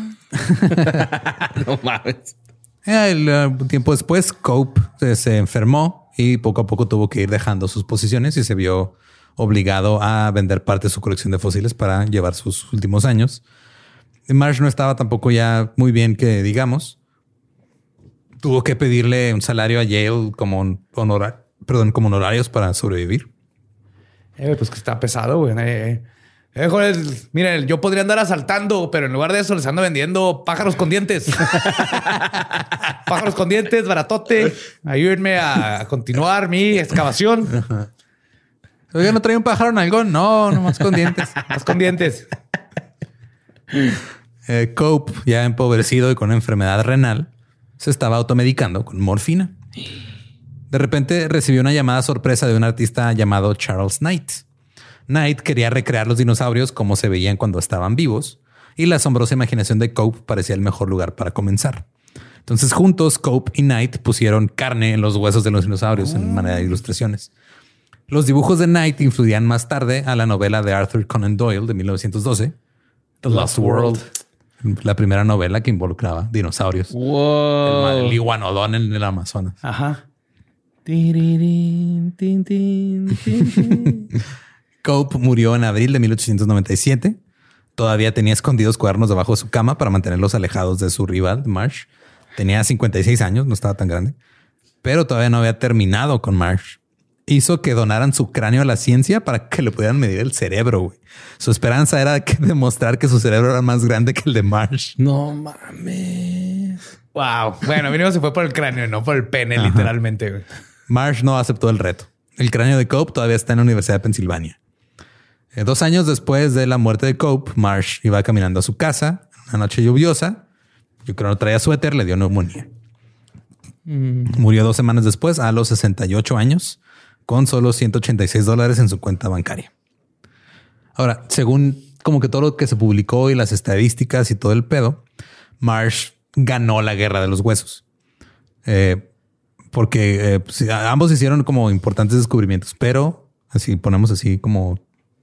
No mames. Un tiempo después, Cope se enfermó y poco a poco tuvo que ir dejando sus posiciones y se vio obligado a vender parte de su colección de fósiles para llevar sus últimos años. Marsh no estaba tampoco ya muy bien, que digamos. Tuvo que pedirle un salario a Yale como honorarios para sobrevivir. Pues que está pesado, güey. Joder, miren, yo podría andar asaltando, pero en lugar de eso les ando vendiendo pájaros con dientes. Pájaros con dientes, baratote. Ayúdenme a continuar mi excavación. Oiga, ¿no trae un pájaro nalgón? No, nomás con dientes. Más con dientes. Cope, ya empobrecido y con una enfermedad renal, se estaba automedicando con morfina. De repente recibió una llamada sorpresa de un artista llamado Charles Knight. Knight quería recrear los dinosaurios como se veían cuando estaban vivos y la asombrosa imaginación de Cope parecía el mejor lugar para comenzar. Entonces juntos Cope y Knight pusieron carne en los huesos de los dinosaurios en manera de ilustraciones. Los dibujos de Knight influían más tarde a la novela de Arthur Conan Doyle de 1912, The Lost World, la primera novela que involucraba dinosaurios. Wow. El iguanodón en el Amazonas. Ajá. Cope murió en abril de 1897. Todavía tenía escondidos cuadernos debajo de su cama para mantenerlos alejados de su rival, Marsh. Tenía 56 años, no estaba tan grande, pero todavía no había terminado con Marsh. Hizo que donaran su cráneo a la ciencia para que le pudieran medir el cerebro, güey. Su esperanza era demostrar que su cerebro era más grande que el de Marsh. No mames. Wow. Bueno, mínimo se fue por el cráneo, no por el pene, literalmente, güey. Marsh no aceptó el reto. El cráneo de Cope todavía está en la Universidad de Pensilvania. 2 años después de la muerte de Cope, Marsh iba caminando a su casa, una noche lluviosa. Yo creo que no traía suéter, le dio neumonía. Murió 2 semanas después, a los 68 años, con solo $186 en su cuenta bancaria. Ahora, según como que todo lo que se publicó y las estadísticas y todo el pedo, Marsh ganó la guerra de los huesos. Porque ambos hicieron como importantes descubrimientos, pero así ponemos así como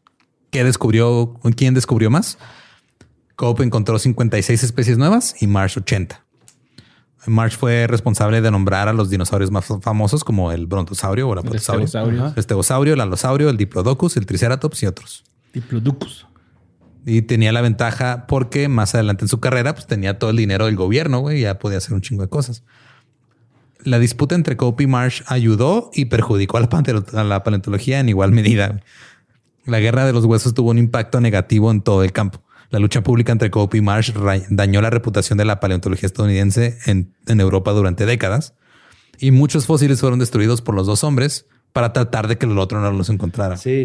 quién descubrió más. Cope encontró 56 especies nuevas y Marsh 80. Marsh fue responsable de nombrar a los dinosaurios más famosos como el brontosaurio o el apatosaurio, el estegosaurio, el alosaurio, el diplodocus, el triceratops y otros. Diplodocus. Y tenía la ventaja porque más adelante en su carrera pues tenía todo el dinero del gobierno, güey, y ya podía hacer un chingo de cosas. La disputa entre Cope y Marsh ayudó y perjudicó a la paleontología en igual medida. La guerra de los huesos tuvo un impacto negativo en todo el campo. La lucha pública entre Cope y Marsh dañó la reputación de la paleontología estadounidense en Europa durante décadas y muchos fósiles fueron destruidos por los dos hombres para tratar de que el otro no los encontrara. Sí.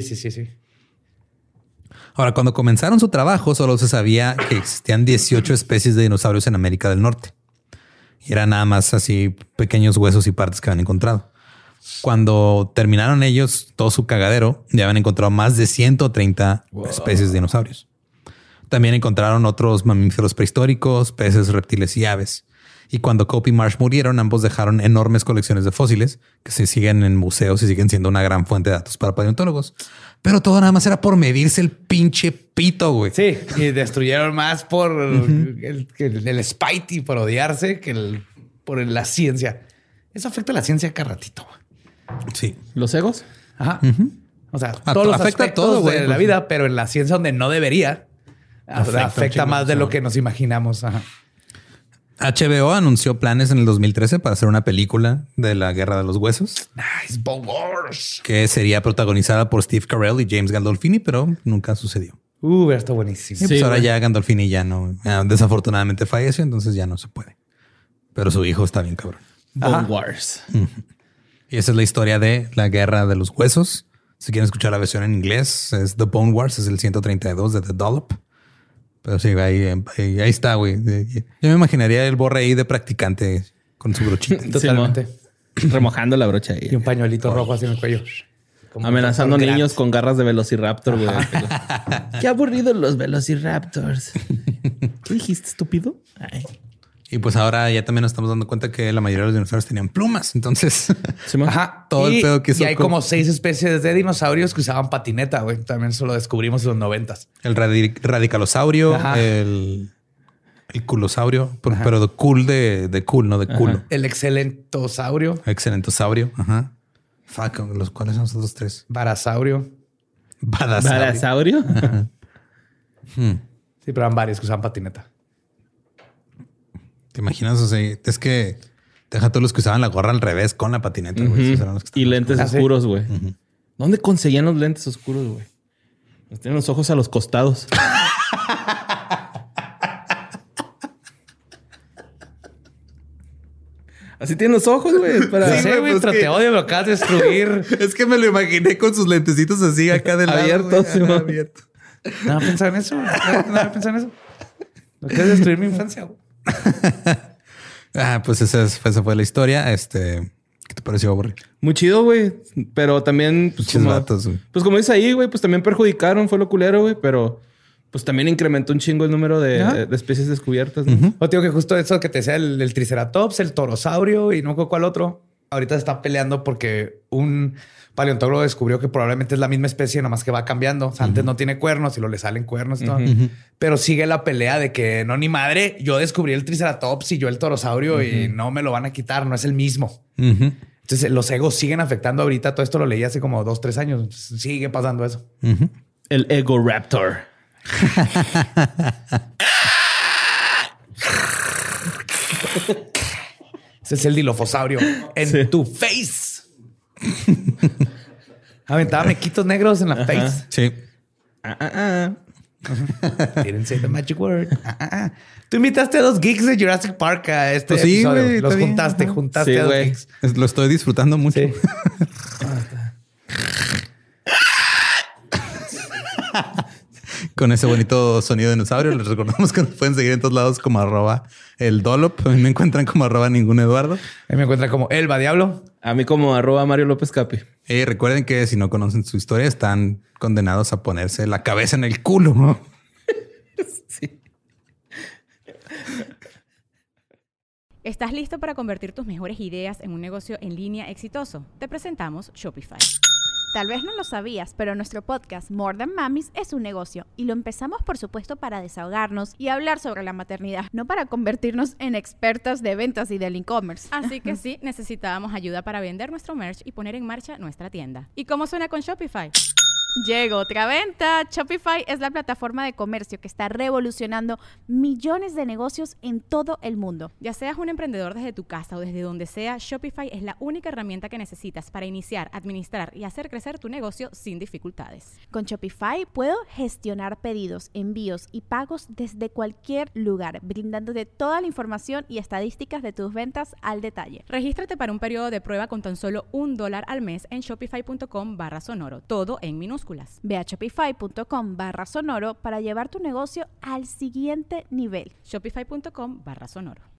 Ahora, cuando comenzaron su trabajo, solo se sabía que existían 18 especies de dinosaurios en América del Norte. Y eran nada más así pequeños huesos y partes que habían encontrado. Cuando terminaron ellos todo su cagadero, ya habían encontrado más de 130 especies de dinosaurios. También encontraron otros mamíferos prehistóricos, peces, reptiles y aves. Y cuando Cope y Marsh murieron, ambos dejaron enormes colecciones de fósiles que se siguen en museos y siguen siendo una gran fuente de datos para paleontólogos. Pero todo nada más era por medirse el pinche pito, güey. Sí, y destruyeron más por el spite y por odiarse que por la ciencia. Eso afecta a la ciencia cada ratito. Sí. ¿Los egos? Ajá. O sea, todos los afecta aspectos todo, güey, de la vida, pero en la ciencia donde no debería, afecta más de lo que nos imaginamos. Ajá. HBO anunció planes en el 2013 para hacer una película de la Guerra de los Huesos. Nice, Bowers. Que sería protagonizada por Steve Carell y James Gandolfini, pero nunca sucedió. Está buenísimo. Y pues Sí, ahora güey. ya Gandolfini ya no, desafortunadamente falleció, entonces ya no se puede. Pero su hijo está bien cabrón. Bone Wars. Y esa es la historia de la guerra de los huesos. Si quieren escuchar la versión en inglés, es The Bone Wars, es el 132 de The Dollop. Pero sí, ahí está, güey. Yo me imaginaría el Borre ahí de practicante con su brochita. Totalmente. Remojando la brocha Y ahí. un pañuelito rojo así en el cuello. Como Amenazando Dr. niños Grant. con garras de Velociraptor, güey. Qué aburridos los Velociraptors. ¿Qué dijiste, estúpido? Ay. Y pues ahora ya también nos estamos dando cuenta que la mayoría de los dinosaurios tenían plumas. Entonces, Simón. Ajá. todo el pedo que hizo Y hay con- como 6 especies de dinosaurios que usaban patineta, güey. También eso lo descubrimos en los 90s. el radicalosaurio, Ajá. el culosaurio, pero de cool de cool, no de culo. El excelentosaurio, Excelentosaurio. Ajá. Fuck, los cuales son los otros tres. varasaurio. Badasaurio. ¿Barasaurio? Sí, pero eran varios que usaban patineta. ¿Te imaginas? O sea, es que deja todos los que usaban la gorra al revés con la patineta, güey. Esos eran los que Y estaban lentes Ah, sí. oscuros, güey. ¿Dónde conseguían los lentes oscuros, güey? Tienen los ojos a los costados. Así tienen los ojos, güey. Para... Sí, güey, pero te odio, me lo acabas de destruir. Es que me lo imaginé con sus lentecitos así acá del lado. Abiertos, güey. sí, Ajá, ¿no? abierto. No había pensado en eso. No había pensado en eso. No quieres destruir mi infancia, güey. Pues esa fue la historia. ¿Qué te pareció, Borre? Muy chido, güey. Pero también... Pues Pinches vatos, güey. pues como dice ahí, güey, pues también perjudicaron. Fue lo culero, güey. Pero pues también incrementó un chingo el número de especies descubiertas, ¿no? O digo que justo eso que te decía el triceratops, el torosaurio y no sé cuál otro. Ahorita se están peleando porque un paleontólogo descubrió que probablemente es la misma especie, nomás que va cambiando. O sea, antes no tiene cuernos y luego le salen cuernos y todo. Pero sigue la pelea de que no, ni madre, yo descubrí el triceratops y yo el torosaurio y no me lo van a quitar, no es el mismo. Entonces los egos siguen afectando ahorita. Todo esto lo leí hace como 2-3 años. Entonces, sigue pasando eso. El Ego Raptor. Ese es el dilofosaurio en tu face. Aventaba mequitos negros en la face. Sí. Didn't say the magic word. Tú invitaste a 2 geeks de Jurassic Park a este Pues sí, episodio. güey, Los está bien. juntaste, Ajá. juntaste Sí, a 2 güey. geeks. Lo estoy disfrutando mucho. Sí. Con ese bonito sonido de dinosaurio, les recordamos que nos pueden seguir en todos lados como @el Dollop. A mí me encuentran como @ningún Eduardo. Ahí me encuentra como Elba Diablo. A mí como @Mario López Capi. Y recuerden que si no conocen su historia, están condenados a ponerse la cabeza en el culo, ¿no? ¿Estás listo para convertir tus mejores ideas en un negocio en línea exitoso? Te presentamos Shopify. Tal vez no lo sabías, pero nuestro podcast More Than Mamis es un negocio y lo empezamos por supuesto para desahogarnos y hablar sobre la maternidad, no para convertirnos en expertas de ventas y del e-commerce. Así que sí, necesitábamos ayuda para vender nuestro merch y poner en marcha nuestra tienda. ¿Y cómo suena con Shopify? Llegó otra venta. Shopify es la plataforma de comercio que está revolucionando millones de negocios en todo el mundo. Ya seas un emprendedor desde tu casa o desde donde sea, Shopify es la única herramienta que necesitas para iniciar, administrar y hacer crecer tu negocio sin dificultades. Con Shopify puedo gestionar pedidos, envíos y pagos desde cualquier lugar, brindándote toda la información y estadísticas de tus ventas al detalle. Regístrate para un periodo de prueba con tan solo $1 al mes en shopify.com/sonoro, todo en minúsculas. Ve a shopify.com/sonoro para llevar tu negocio al siguiente nivel. Shopify.com/sonoro.